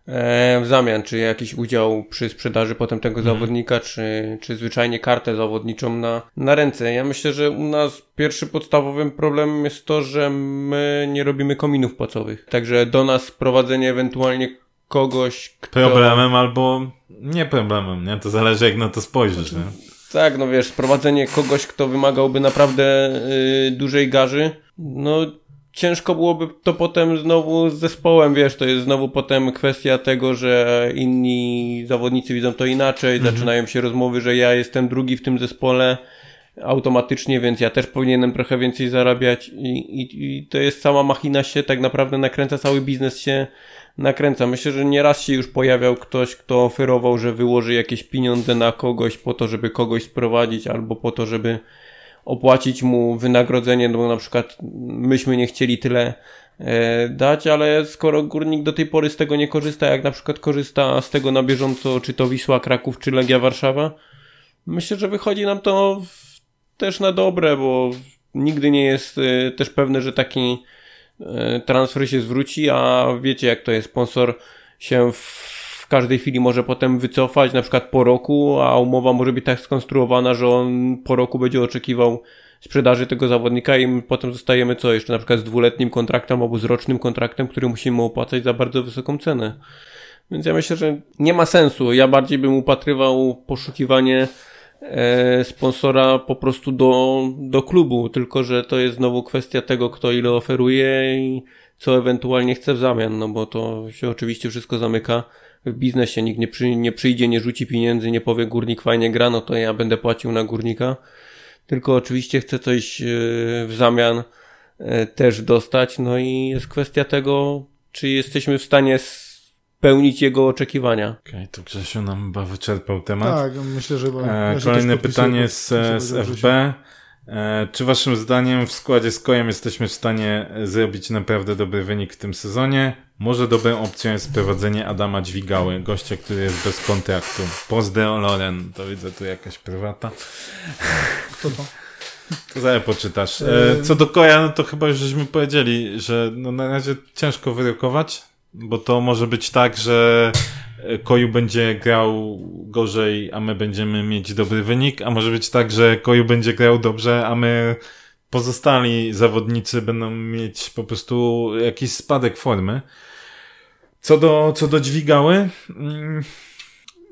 w zamian, czy jakiś udział przy sprzedaży potem tego hmm. zawodnika, czy, czy zwyczajnie kartę zawodniczą na, na ręce. Ja myślę, że u nas pierwszy podstawowym problemem jest to, że my nie robimy kominów płacowych. Także do nas sprowadzenie ewentualnie kogoś, kto... Problemem albo nie problemem, nie? To zależy jak na to spojrzysz, nie? Tak, no wiesz, sprowadzenie kogoś, kto wymagałby naprawdę yy, dużej garzy, no ciężko byłoby to potem znowu z zespołem, wiesz, to jest znowu potem kwestia tego, że inni zawodnicy widzą to inaczej, mhm. zaczynają się rozmowy, że ja jestem drugi w tym zespole automatycznie, więc ja też powinienem trochę więcej zarabiać i, i, i to jest cała machina się tak naprawdę nakręca, cały biznes się nakręca. Myślę, że nieraz się już pojawiał ktoś, kto oferował, że wyłoży jakieś pieniądze na kogoś po to, żeby kogoś sprowadzić albo po to, żeby opłacić mu wynagrodzenie, no bo na przykład myśmy nie chcieli tyle e, dać, ale skoro Górnik do tej pory z tego nie korzysta, jak na przykład korzysta z tego na bieżąco, czy to Wisła Kraków, czy Legia Warszawa, myślę, że wychodzi nam to w, też na dobre, bo nigdy nie jest e, też pewne, że taki e, transfer się zwróci, a wiecie jak to jest, sponsor się w w każdej chwili może potem wycofać, na przykład po roku, a umowa może być tak skonstruowana, że on po roku będzie oczekiwał sprzedaży tego zawodnika i my potem zostajemy co jeszcze, na przykład z dwuletnim kontraktem albo z rocznym kontraktem, który musimy opłacać za bardzo wysoką cenę. Więc ja myślę, że nie ma sensu. Ja bardziej bym upatrywał poszukiwanie e, sponsora po prostu do, do klubu, tylko że to jest znowu kwestia tego, kto ile oferuje i co ewentualnie chce w zamian, no bo to się oczywiście wszystko zamyka w biznesie. Nikt nie, przy, nie przyjdzie, nie rzuci pieniędzy, nie powie Górnik fajnie gra, no to ja będę płacił na Górnika, tylko oczywiście chcę coś yy, w zamian yy, też dostać, no i jest kwestia tego, czy jesteśmy w stanie spełnić jego oczekiwania. Okej, okay, to Grzesiu nam chyba wyczerpał temat. Tak, myślę, że... E, kolejne pytanie z, z F B. E, czy waszym zdaniem w składzie z Kojem jesteśmy w stanie zrobić naprawdę dobry wynik w tym sezonie? Może dobrą opcją jest sprowadzenie Adama Dźwigały, gościa, który jest bez kontraktu. Pozdro Loren, to widzę tu jakaś prywata. Kto to? To zaraz poczytasz. E, co do Koja, no to chyba już żeśmy powiedzieli, że no na razie ciężko wyrokować, bo to może być tak, że Koju będzie grał gorzej, a my będziemy mieć dobry wynik, a może być tak, że Koju będzie grał dobrze, a my pozostali zawodnicy będą mieć po prostu jakiś spadek formy. Co do, co do Dźwigały,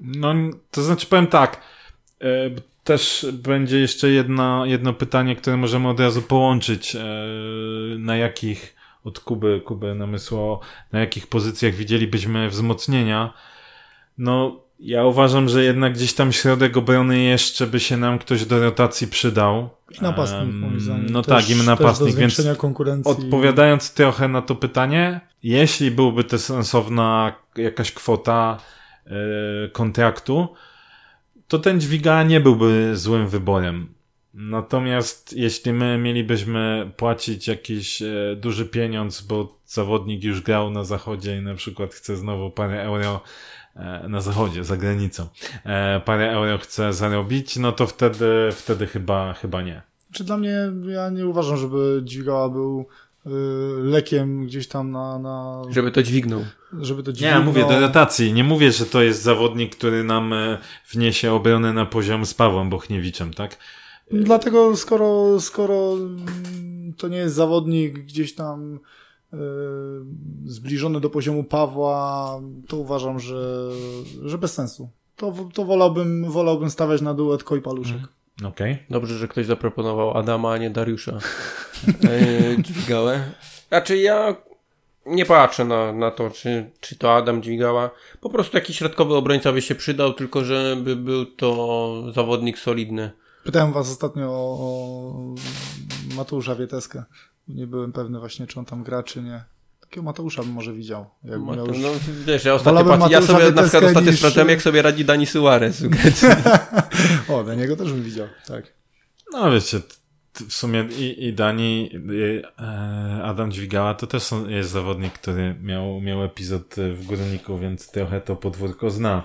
No, to znaczy powiem tak, też będzie jeszcze jedno, jedno pytanie, które możemy od razu połączyć, na jakich, od Kuby, Kuby namysło, na jakich pozycjach widzielibyśmy wzmocnienia. No, ja uważam, że jednak gdzieś tam środek obrony jeszcze by się nam ktoś do rotacji przydał. I napastnik, moim zdaniem. No też, tak, i napastnik, więc konkurencji. Odpowiadając trochę na to pytanie, jeśli byłby to sensowna jakaś kwota yy, kontraktu, to ten Dźwigała nie byłby złym wyborem. Natomiast jeśli my mielibyśmy płacić jakiś e, duży pieniądz, bo zawodnik już grał na zachodzie i na przykład chce znowu parę euro e, na zachodzie, za granicą, e, parę euro chce zarobić, no to wtedy, wtedy chyba, chyba nie. Czy dla mnie, ja nie uważam, żeby Dźwigała był y, lekiem gdzieś tam na, na... Żeby to dźwignął. Żeby to dźwignął. Nie, mówię do rotacji. Nie mówię, że to jest zawodnik, który nam e, wniesie obronę na poziom z Pawłem Bochniewiczem, tak? Dlatego skoro, skoro to nie jest zawodnik gdzieś tam yy, zbliżony do poziomu Pawła, to uważam, że, że bez sensu. To, to wolałbym, wolałbym stawiać na duet Koi-Paluszek. Mm. Okej. Okay. Dobrze, że ktoś zaproponował Adama, a nie Dariusza. Yy, Dźwigałę. Znaczy ja nie patrzę na, na to, czy, czy to Adam Dźwigała. Po prostu jakiś środkowy obrońca by się przydał, tylko żeby był to zawodnik solidny. Pytałem was ostatnio o, o Mateusza Wieteskę. Nie byłem pewny właśnie, czy on tam gra, czy nie. Takiego Mateusza bym może widział. Jak Mate... miał już... No wiesz, ja ostatnio, patrzę, ja sobie na przykład ostatnio niż... sprawdzałem, jak sobie radzi Dani Suarez. O, na niego też bym widział, tak. No wiecie, w sumie i, i Dani, i Adam Dźwigała to też są, jest zawodnik, który miał, miał epizod w Górniku, więc trochę to podwórko zna.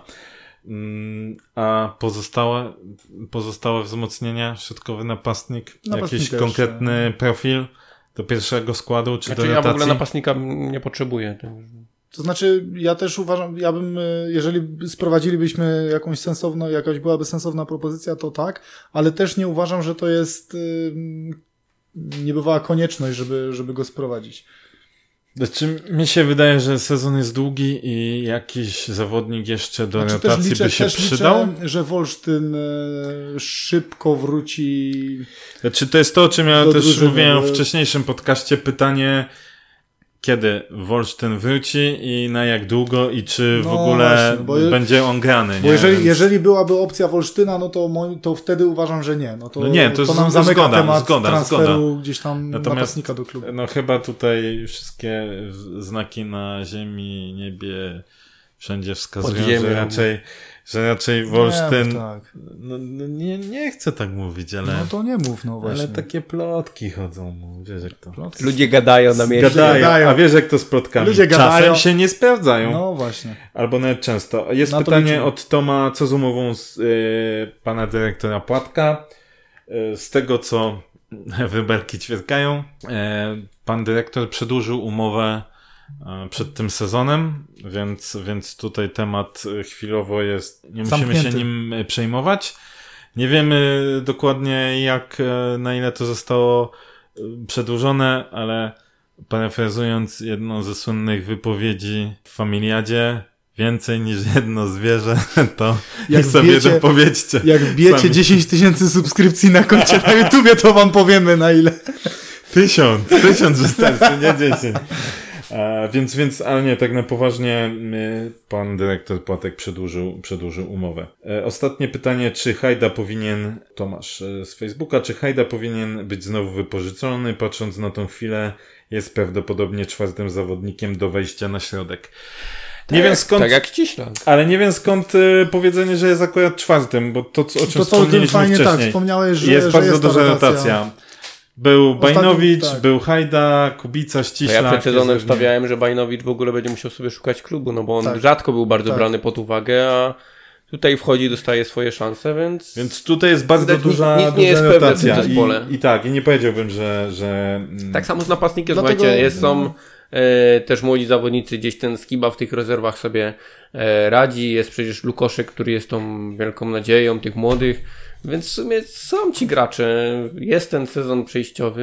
A pozostałe, pozostałe wzmocnienia, środkowy napastnik, jakiś konkretny jeszcze. Profil do pierwszego składu, czy znaczy, do rotacji? Ja w ogóle napastnika nie potrzebuję. To znaczy, ja też uważam, ja bym, jeżeli sprowadzilibyśmy jakąś sensowną, jakaś byłaby sensowna propozycja, to tak, ale też nie uważam, że to jest niebywała konieczność, żeby, żeby go sprowadzić. Znaczy, mi się wydaje, że sezon jest długi i jakiś zawodnik jeszcze do znaczy, rotacji liczę, by się przydał. Liczę, że Wolsztyn e, szybko wróci. Znaczy, to jest to, o czym ja też drużyny, mówiłem w wcześniejszym podcaście. Pytanie, kiedy Wolsztyn wróci i na jak długo i czy no w ogóle właśnie, będzie on grany. Bo nie? jeżeli, Więc... jeżeli byłaby opcja Wolsztyna, no to, to wtedy uważam, że nie. No to, no nie, to, to nam z, zamyka zgoda, temat zgoda, transferu zgoda. gdzieś tam Natomiast, napastnika do klubu. No chyba tutaj wszystkie znaki na ziemi, niebie, wszędzie wskazują, że raczej, że raczej Wolsztyn... Nie, tak. no, no nie, nie chcę tak mówić, ale... No to nie mów, no właśnie. Ale takie plotki chodzą, no, wiesz jak to... Plotki. Ludzie gadają na mieście. Gadają, gadają. A wiesz jak to z plotkami? Ludzie gadają. Czasem się nie sprawdzają. No właśnie. Albo nawet często. Jest na pytanie od Toma, co z umową z y, pana dyrektora Płatka. Y, z tego, co wybelki ćwierkają, y, pan dyrektor przedłużył umowę przed tym sezonem, więc, więc tutaj temat chwilowo jest, nie musimy zamknięty. się nim przejmować. Nie wiemy dokładnie jak, na ile to zostało przedłużone, ale parafrazując jedną ze słynnych wypowiedzi w Familiadzie, więcej niż jedno zwierzę, to jak sobie wbiecie, dopowiedzcie. Jak wbijecie sami. dziesięć tysięcy subskrypcji na koncie na YouTubie, to wam powiemy na ile. Tysiąc, tysiąc wystarczy, nie dziesięć. A, więc, więc, ale nie, tak na poważnie pan dyrektor Płatek przedłużył, przedłużył umowę. E, ostatnie pytanie, czy Hajda powinien, Tomasz e, z Facebooka, czy Hajda powinien być znowu wypożyczony? Patrząc na tą chwilę, jest prawdopodobnie czwartym zawodnikiem do wejścia na środek. Nie tak, wiem skąd, tak jak Ściślak. Ale nie wiem skąd y, powiedzenie, że jest akurat czwartym, bo to, o czym to, wspomnieliśmy fajnie, wcześniej. Tak, wspomniałeś, że jest że bardzo jest duża rotacja. rotacja. Był Bajnowicz, tak. był Hajda, Kubica, Ściślak. Ja przed sezonem stawiałem, że Bajnowicz w ogóle będzie musiał sobie szukać klubu, no bo on tak. rzadko był bardzo tak. brany pod uwagę, a tutaj wchodzi, dostaje swoje szanse, więc... Więc tutaj jest bardzo nic, duża, nic duża nie jest rotacja. pewne w tym zespole. I, I tak, i nie powiedziałbym, że... że tak samo z napastnikiem, Dlatego... słuchajcie, jest, są e, też młodzi zawodnicy, gdzieś ten Skiba w tych rezerwach sobie e, radzi, jest przecież Lukoszek, który jest tą wielką nadzieją tych młodych, więc w sumie są ci gracze, jest ten sezon przejściowy,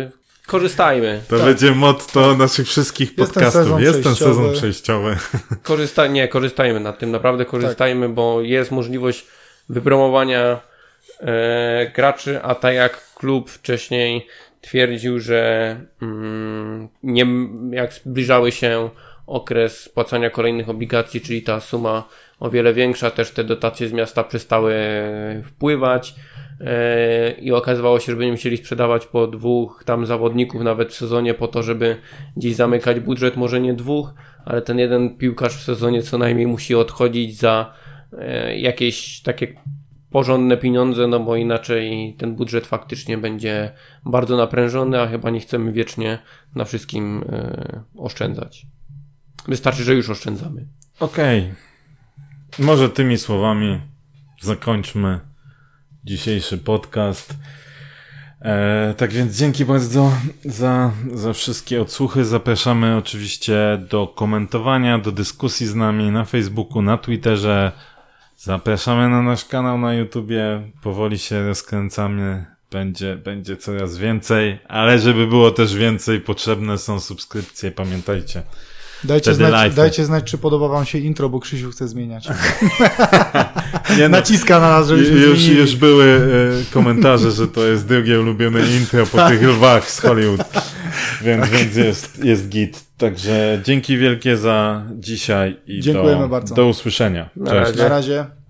Korzystajmy. To tak. będzie motto naszych wszystkich Jest ten podcastów. sezon Jest ten przejściowy. sezon przejściowy. Korzysta- nie, korzystajmy nad tym, naprawdę korzystajmy, tak. bo jest możliwość wypromowania e, graczy, a tak jak klub wcześniej twierdził, że mm, nie, jak zbliżały się okres spłacania kolejnych obligacji, czyli ta suma o wiele większa, też te dotacje z miasta przestały wpływać yy, i okazywało się, że będziemy musieli sprzedawać po dwóch tam zawodników nawet w sezonie po to, żeby gdzieś zamykać budżet, może nie dwóch, ale ten jeden piłkarz w sezonie co najmniej musi odchodzić za yy, jakieś takie porządne pieniądze, no bo inaczej ten budżet faktycznie będzie bardzo naprężony, a chyba nie chcemy wiecznie na wszystkim yy, oszczędzać. Wystarczy, że już oszczędzamy. Okej. Okay. Może tymi słowami zakończmy dzisiejszy podcast. E, tak więc dzięki bardzo za, za wszystkie odsłuchy. Zapraszamy oczywiście do komentowania, do dyskusji z nami na Facebooku, na Twitterze. Zapraszamy na nasz kanał na YouTubie. Powoli się rozkręcamy. Będzie, będzie coraz więcej, ale żeby było też więcej, potrzebne są subskrypcje. Pamiętajcie. Dajcie znać, dajcie znać, czy podoba wam się intro, bo Krzysiu chce zmieniać. Nie no, naciska na nas, żebyśmy już, zmienili. już były y, komentarze, że to jest drugie ulubione intro po tych lwach z Hollywood. Więc, więc jest, jest git. Także dzięki wielkie za dzisiaj i dziękujemy do, bardzo. do usłyszenia. Na Cześć. razie. Na razie.